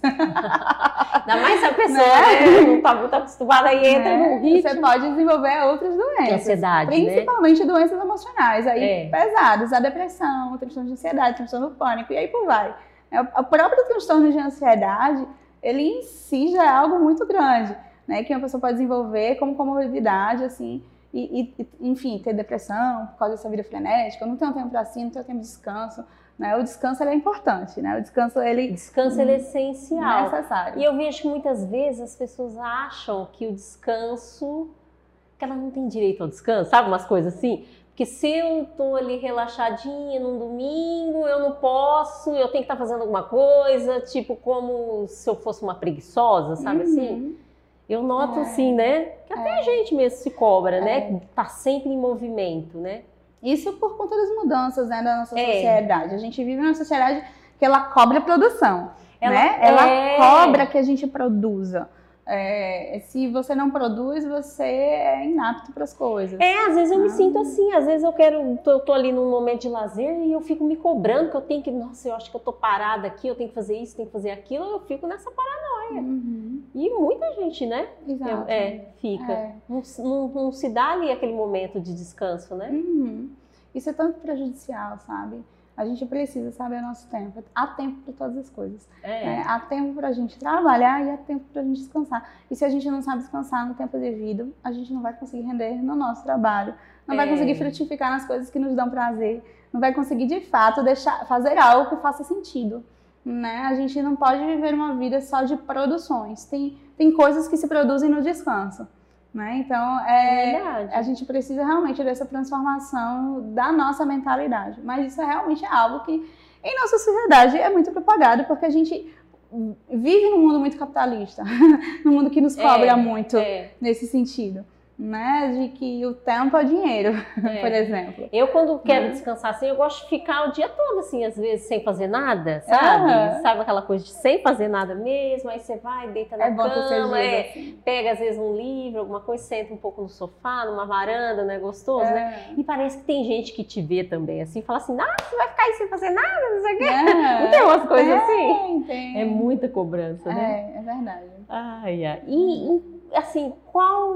Ainda mais se a pessoa não está muito acostumada e entra no ritmo. Você pode desenvolver outras doenças. Ansiedade, principalmente doenças emocionais, aí pesadas. A depressão, o transtorno de ansiedade, o transtorno do pânico, e aí por vai. O próprio transtorno de ansiedade, ele em si já é algo muito grande, né? Que uma pessoa pode desenvolver como comorbidade, assim, enfim, ter depressão por causa dessa vida frenética, não tenho tempo para si, não tenho tempo de descanso. Né? O descanso ele é importante, né? O descanso ele é essencial. Necessário. E eu vejo que muitas vezes as pessoas acham que o descanso, que ela não tem direito ao descanso, sabe? Umas coisas assim. Porque se eu tô ali relaxadinha num domingo, eu não posso, eu tenho que estar fazendo alguma coisa, tipo como se eu fosse uma preguiçosa, sabe assim? Eu noto assim, né? Que até a gente mesmo se cobra, né? Tá sempre em movimento, né? Isso por conta das mudanças, né, da nossa sociedade. A gente vive numa sociedade que ela cobra a produção, né? Ela cobra que a gente produza. Se você não produz, você é inapto para as coisas. Às vezes eu me sinto assim, às vezes eu tô ali num momento de lazer e eu fico me cobrando que eu tenho que, nossa, eu acho que eu tô parada aqui, eu tenho que fazer isso, tenho que fazer aquilo, eu fico nessa paranoia. E muita gente, né? Exato. Fica. Não se dá ali aquele momento de descanso, né? Isso é tanto prejudicial, sabe? A gente precisa saber o nosso tempo. Há tempo para todas as coisas. Há tempo para a gente trabalhar e há tempo para a gente descansar. E se a gente não sabe descansar no tempo devido, a gente não vai conseguir render no nosso trabalho. Não vai conseguir frutificar nas coisas que nos dão prazer. Não vai conseguir, de fato, fazer algo que faça sentido. Né? A gente não pode viver uma vida só de produções. Tem coisas que se produzem no descanso. Né? Então, a gente precisa realmente dessa transformação da nossa mentalidade. Mas isso realmente é algo que, em nossa sociedade, é muito propagado, porque a gente vive num mundo muito capitalista, num mundo que nos cobra muito nesse sentido. Né? De que o tempo é dinheiro, por exemplo. Eu, quando quero descansar assim, eu gosto de ficar o dia todo, assim, às vezes, sem fazer nada, sabe? Sabe aquela coisa de sem fazer nada mesmo? Aí você vai, deita na cama, assim. Pega, às vezes, um livro, alguma coisa, senta um pouco no sofá, numa varanda, né? Gostoso, né? E parece que tem gente que te vê também, assim, fala assim, você vai ficar aí sem fazer nada, não sei o quê. Não tem umas coisas assim? Tem. É muita cobrança, né? É verdade. E assim, qual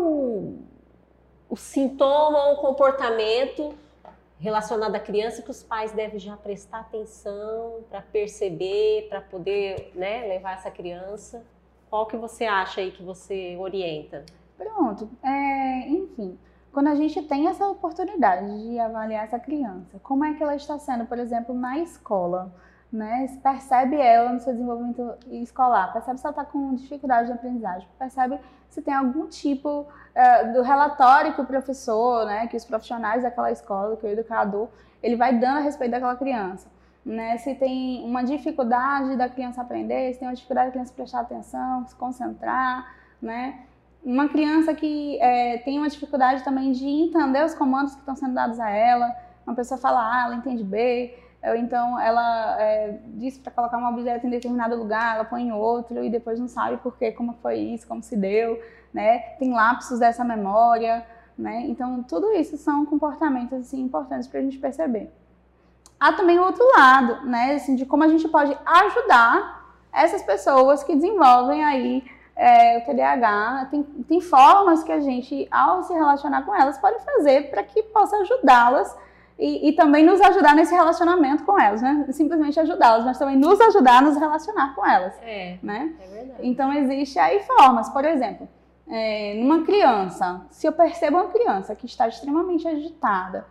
o sintoma ou o comportamento relacionado à criança que os pais devem já prestar atenção para perceber, para poder, né, levar essa criança? Qual que você acha aí que você orienta? Pronto. Enfim, quando a gente tem essa oportunidade de avaliar essa criança, como é que ela está sendo, por exemplo, na escola? Né? Percebe ela no seu desenvolvimento escolar, percebe se ela está com dificuldade de aprendizagem, percebe se tem algum tipo do relatório que o professor, né, que os profissionais daquela escola, que o educador, ele vai dando a respeito daquela criança. Né? Se tem uma dificuldade da criança aprender, se tem uma dificuldade da criança prestar atenção, se concentrar, né? Uma criança que tem uma dificuldade também de entender os comandos que estão sendo dados a ela, uma pessoa fala A, ela entende B, ou então ela diz para colocar um objeto em determinado lugar, ela põe em outro e depois não sabe por quê, como foi isso, como se deu, né? Tem lapsos dessa memória, né? Então tudo isso são comportamentos assim, importantes para a gente perceber. Há também o outro lado, né? Assim, de como a gente pode ajudar essas pessoas que desenvolvem aí o TDAH. Tem formas que a gente, ao se relacionar com elas, pode fazer para que possa ajudá-las e também nos ajudar nesse relacionamento com elas, né? Simplesmente ajudá-las, mas também nos ajudar a nos relacionar com elas, né? É verdade. Então, existe aí formas, por exemplo, numa criança, se eu percebo uma criança que está extremamente agitada,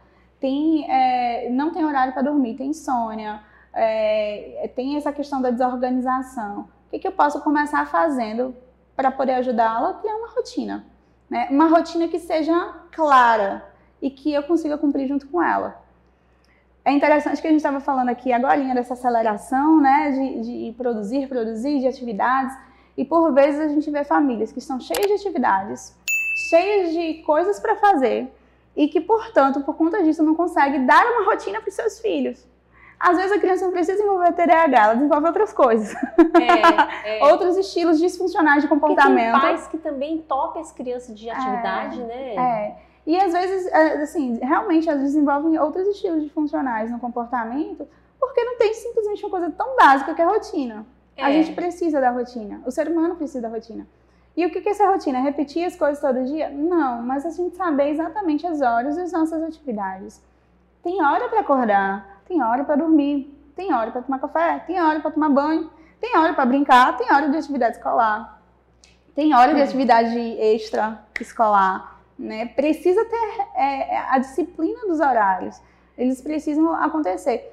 não tem horário para dormir, tem insônia, tem essa questão da desorganização, o que eu posso começar fazendo para poder ajudá-la a criar uma rotina, né? Uma rotina que seja clara e que eu consiga cumprir junto com ela. É interessante que a gente estava falando aqui agora dessa aceleração, né, de produzir, de atividades, e por vezes a gente vê famílias que estão cheias de atividades, cheias de coisas para fazer, e que, portanto, por conta disso, não consegue dar uma rotina para os seus filhos. Às vezes a criança não precisa desenvolver TDAH, ela desenvolve outras coisas. Outros estilos disfuncionais de comportamento. Porque tem pais que também topam as crianças de atividade, né? E às vezes, assim, realmente elas desenvolvem outros estilos disfuncionais no comportamento, porque não tem simplesmente uma coisa tão básica que é a rotina. A gente precisa da rotina, o ser humano precisa da rotina. E o que é essa rotina? É repetir as coisas todo dia? Não, mas a gente saber exatamente as horas das nossas atividades. Tem hora para acordar, tem hora para dormir, tem hora para tomar café, tem hora para tomar banho, tem hora para brincar, tem hora de atividade escolar, tem hora de atividade extra escolar, né? Precisa ter a disciplina dos horários, eles precisam acontecer.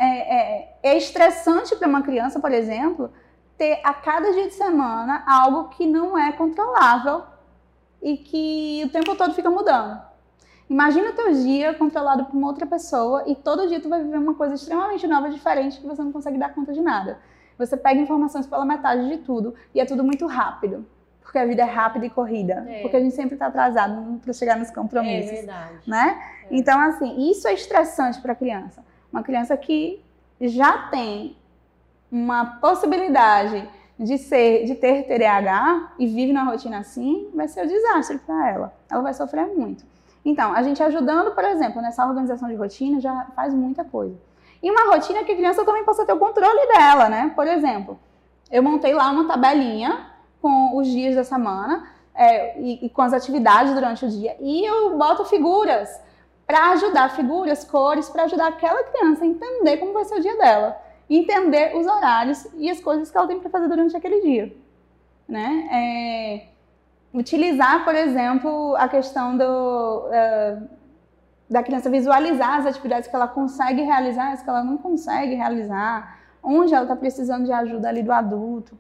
É estressante para uma criança, por exemplo, ter a cada dia de semana algo que não é controlável e que o tempo todo fica mudando. Imagina o teu dia controlado por uma outra pessoa e todo dia tu vai viver uma coisa extremamente nova, diferente, que você não consegue dar conta de nada. Você pega informações pela metade de tudo e é tudo muito rápido, porque a vida é rápida e corrida, porque a gente sempre está atrasado para chegar nos compromissos. É verdade. Né? Então, assim, isso é estressante para a criança. Uma criança que já tem uma possibilidade de ter TDAH e vive na rotina assim, vai ser um desastre para ela. Ela vai sofrer muito. Então, a gente ajudando, por exemplo, nessa organização de rotina já faz muita coisa. E uma rotina que a criança também possa ter o controle dela, né? Por exemplo, eu montei lá uma tabelinha com os dias da semana e com as atividades durante o dia. E eu boto figuras para ajudar, cores, para ajudar aquela criança a entender como vai ser o dia dela. Entender os horários e as coisas que ela tem para fazer durante aquele dia, né? Utilizar, por exemplo, a questão da criança visualizar as atividades que ela consegue realizar, as que ela não consegue realizar, onde ela está precisando de ajuda ali do adulto,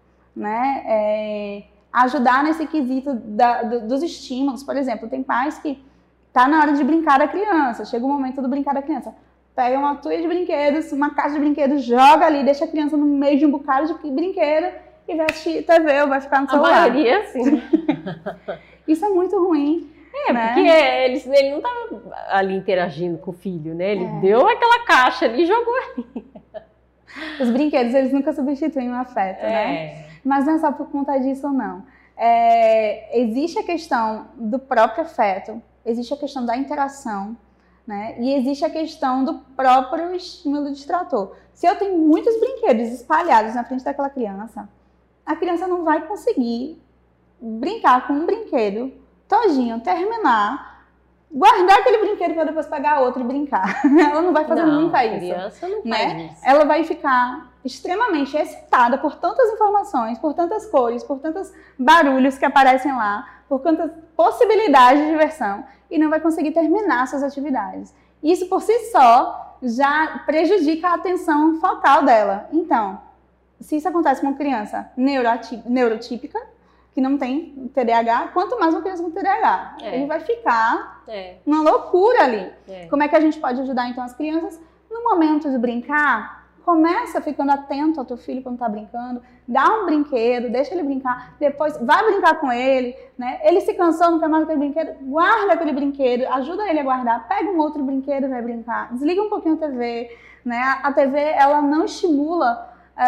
né? Ajudar nesse quesito dos estímulos, por exemplo, tem pais que tá na hora de brincar da criança, chega o momento do brincar da criança. Pega uma tuia de brinquedos, uma caixa de brinquedos, joga ali, deixa a criança no meio de um bocado de brinquedo e vai assistir TV ou vai ficar no celular. A maioria, sim. Isso é muito ruim. Né? Porque ele não estava ali interagindo com o filho, né? Ele deu aquela caixa ali e jogou ali. Os brinquedos, eles nunca substituem o afeto, né? Mas não é só por conta disso, não. Existe a questão do próprio afeto, existe a questão da interação, né? E existe a questão do próprio estímulo distrator. Se eu tenho muitos brinquedos espalhados na frente daquela criança, a criança não vai conseguir brincar com um brinquedo todinho, terminar, guardar aquele brinquedo para depois pegar outro e brincar. Ela não vai fazer nunca isso. A criança não né? faz isso. Ela vai ficar extremamente excitada por tantas informações, por tantas cores, por tantos barulhos que aparecem lá, por tantas possibilidades de diversão e não vai conseguir terminar suas atividades. Isso por si só já prejudica a atenção focal dela. Então, se isso acontece com uma criança neurotípica, que não tem TDAH, quanto mais uma criança com TDAH. Ele vai ficar uma loucura ali. Como é que a gente pode ajudar, então, as crianças? No momento de brincar, começa ficando atento ao teu filho quando está brincando, dá um brinquedo, deixa ele brincar, depois vai brincar com ele, né? Ele se cansou, não quer mais aquele brinquedo, guarda aquele brinquedo, ajuda ele a guardar, pega um outro brinquedo e vai brincar, desliga um pouquinho a TV, né? A TV, ela não estimula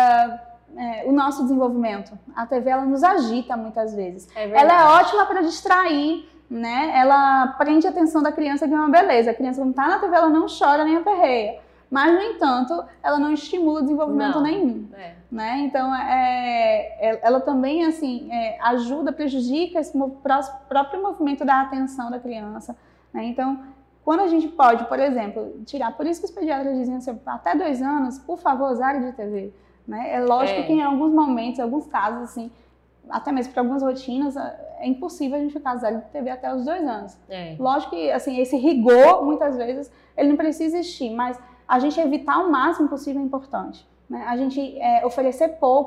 o nosso desenvolvimento. A TV, ela nos agita muitas vezes. Ela é ótima para distrair, né? Ela prende a atenção da criança, que é uma beleza. A criança não está na TV, ela não chora nem aperreia. Mas, no entanto, ela não estimula desenvolvimento nenhum. Né? Então, ela também assim, ajuda, prejudica esse próprio movimento da atenção da criança. Né? Então, quando a gente pode, por exemplo, tirar, por isso que os pediatras dizem assim, até 2 anos, por favor, zero de TV. Né? É lógico que em alguns momentos, em alguns casos, assim, até mesmo para algumas rotinas, é impossível a gente ficar zero de TV até os 2 anos. Lógico que assim, esse rigor, muitas vezes, ele não precisa existir, mas a gente evitar o máximo possível é importante. Né? A gente oferecer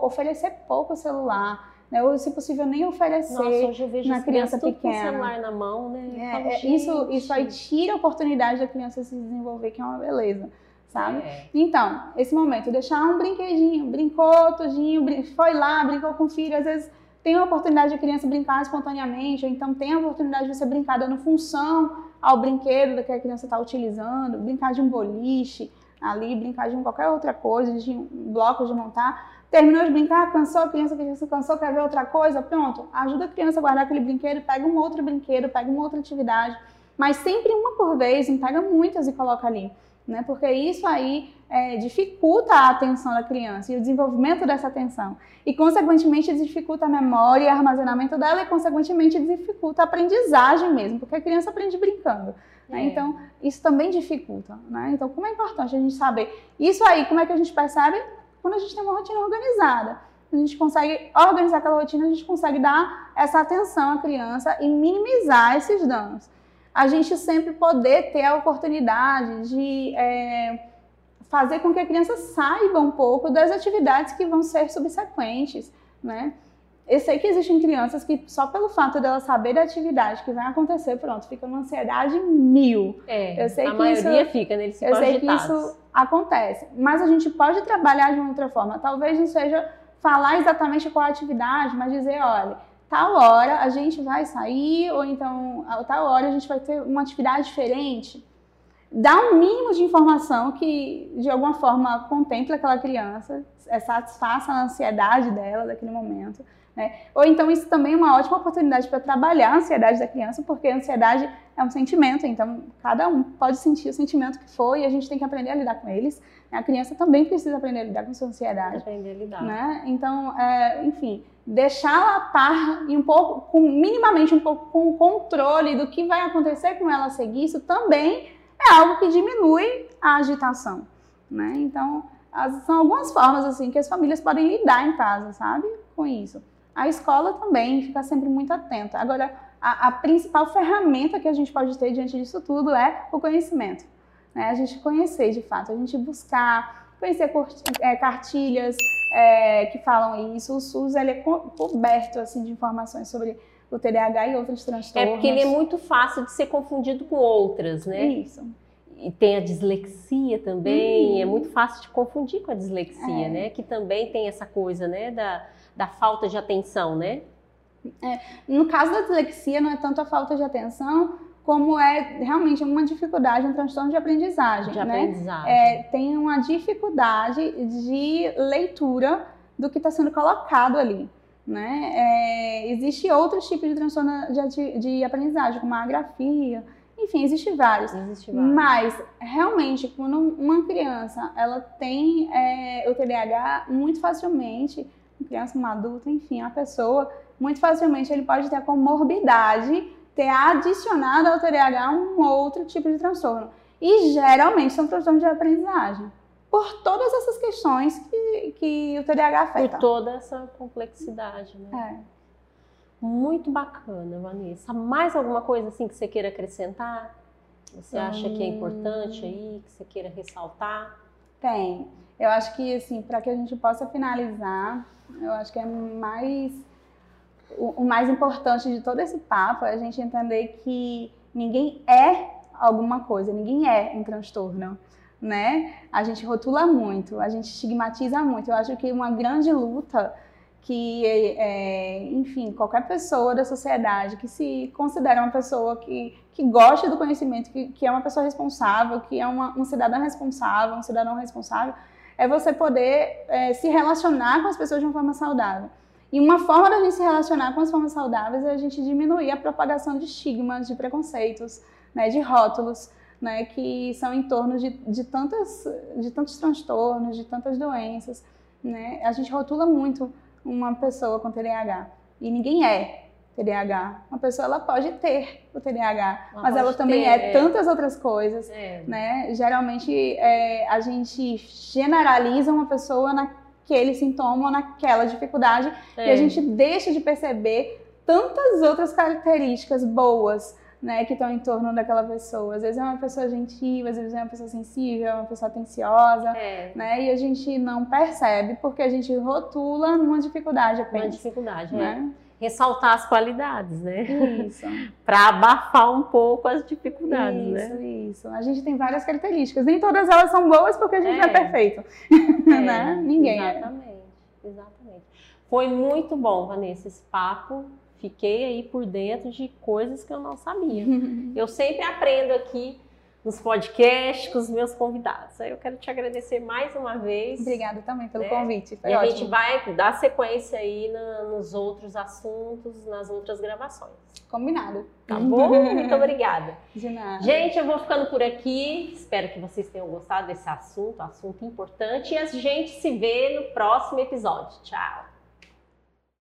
pouco celular, né? Ou, se possível, nem oferecer. Nossa, hoje eu vejo na criança tudo pequena. com o celular na mão, né? Isso aí tira a oportunidade da criança se desenvolver, que é uma beleza, sabe? Então, esse momento, deixar um brinquedinho, brincou tudinho, foi lá, brincou com o filho, às vezes tem a oportunidade de a criança brincar espontaneamente, ou então tem a oportunidade de você brincar dando função ao brinquedo que a criança está utilizando, brincar de um boliche ali, brincar de qualquer outra coisa, de um bloco de montar. Terminou de brincar, cansou, a criança cansou, quer ver outra coisa, pronto. Ajuda a criança a guardar aquele brinquedo, pega um outro brinquedo, pega uma outra atividade, mas sempre uma por vez, não pega muitas e coloca ali, né? Porque isso aí dificulta a atenção da criança e o desenvolvimento dessa atenção. E, consequentemente, dificulta a memória e armazenamento dela e, consequentemente, dificulta a aprendizagem mesmo, porque a criança aprende brincando. Né? Então, isso também dificulta. Né? Então, como é importante a gente saber isso aí, como é que a gente percebe? Quando a gente tem uma rotina organizada. A gente consegue organizar aquela rotina, a gente consegue dar essa atenção à criança e minimizar esses danos. A gente sempre poder ter a oportunidade de fazer com que a criança saiba um pouco das atividades que vão ser subsequentes, né? Eu sei que existem crianças que só pelo fato dela saber da atividade que vai acontecer, pronto, fica uma ansiedade 1000. Eu sei a maioria fica, né? Eles ficam agitados. Eu sei que isso acontece, mas a gente pode trabalhar de uma outra forma. Talvez não seja falar exatamente qual a atividade, mas dizer, olha, tal hora a gente vai sair, ou então, a tal hora a gente vai ter uma atividade diferente. Dá um mínimo de informação que, de alguma forma, contemple aquela criança, satisfaça a ansiedade dela daquele momento. Né? Ou então isso também é uma ótima oportunidade para trabalhar a ansiedade da criança, porque a ansiedade é um sentimento, então cada um pode sentir o sentimento que for e a gente tem que aprender a lidar com eles. A criança também precisa aprender a lidar com sua ansiedade. Aprender a lidar. Né? Então, enfim, deixá-la a par e minimamente um pouco com o controle do que vai acontecer com ela a seguir, isso também é algo que diminui a agitação. Né? Então, são algumas formas assim que as famílias podem lidar em casa, sabe? Com isso. A escola também fica sempre muito atenta. Agora, a principal ferramenta que a gente pode ter diante disso tudo é o conhecimento. Né? A gente conhecer, de fato, a gente buscar, conhecer cartilhas que falam isso. O SUS ele é coberto assim, de informações sobre o TDAH e outros transtornos. Porque ele é muito fácil de ser confundido com outras, né? Isso. E tem a dislexia também, é muito fácil de confundir com a dislexia, né? Que também tem essa coisa, né? Da falta de atenção, né? No caso da dislexia, não é tanto a falta de atenção, como é realmente uma dificuldade, um transtorno de aprendizagem. Tem uma dificuldade de leitura do que está sendo colocado ali. Né? Existe outros tipos de transtorno de aprendizagem, como a agrafia, enfim, existem vários. Mas, realmente, quando uma criança ela tem o TDAH, muito facilmente, uma criança, uma adulta, enfim, uma pessoa, muito facilmente ele pode ter a comorbidade, ter adicionado ao TDAH um outro tipo de transtorno. E, geralmente, são transtornos de aprendizagem. Por todas essas questões que o TDAH afeta. Por toda essa complexidade, né? Muito bacana, Vanessa. Mais alguma coisa assim que você queira acrescentar? Você acha que é importante aí, que você queira ressaltar? Tem. Eu acho que, assim, para que a gente possa finalizar, eu acho que o mais importante de todo esse papo é a gente entender que ninguém é alguma coisa, ninguém é um transtorno. Né? A gente rotula muito, a gente estigmatiza muito. Eu acho que uma grande luta que, enfim, qualquer pessoa da sociedade que se considera uma pessoa que gosta do conhecimento, que é uma pessoa responsável, que é um cidadão responsável, um cidadão responsável, é você poder se relacionar com as pessoas de uma forma saudável. E uma forma da gente se relacionar com as formas saudáveis é a gente diminuir a propagação de estigmas, de preconceitos, né, de rótulos, né, que são em torno de tantos transtornos, de tantas doenças. Né? A gente rotula muito uma pessoa com TDAH e ninguém é TDAH. Uma pessoa ela pode ter o TDAH, mas ela também é tantas outras coisas, né? Geralmente a gente generaliza uma pessoa naquele sintoma ou naquela dificuldade e a gente deixa de perceber tantas outras características boas, né, que estão em torno daquela pessoa. Às vezes é uma pessoa gentil, às vezes é uma pessoa sensível, é uma pessoa atenciosa, né, e a gente não percebe porque a gente rotula numa dificuldade apenas. Uma dificuldade, né? Ressaltar as qualidades, né? Isso. Para abafar um pouco as dificuldades, né? Isso. A gente tem várias características. Nem todas elas são boas porque a gente não é perfeito. Né? Ninguém Exatamente. Foi muito bom, Vanessa, esse papo. Fiquei aí por dentro de coisas que eu não sabia. Eu sempre aprendo aqui nos podcasts com os meus convidados. Aí eu quero te agradecer mais uma vez. Obrigada também pelo convite. Foi ótimo. A gente vai dar sequência aí nos outros assuntos, nas outras gravações. Combinado. Tá bom? Muito obrigada. De nada. Gente, eu vou ficando por aqui. Espero que vocês tenham gostado desse assunto importante. E a gente se vê no próximo episódio. Tchau!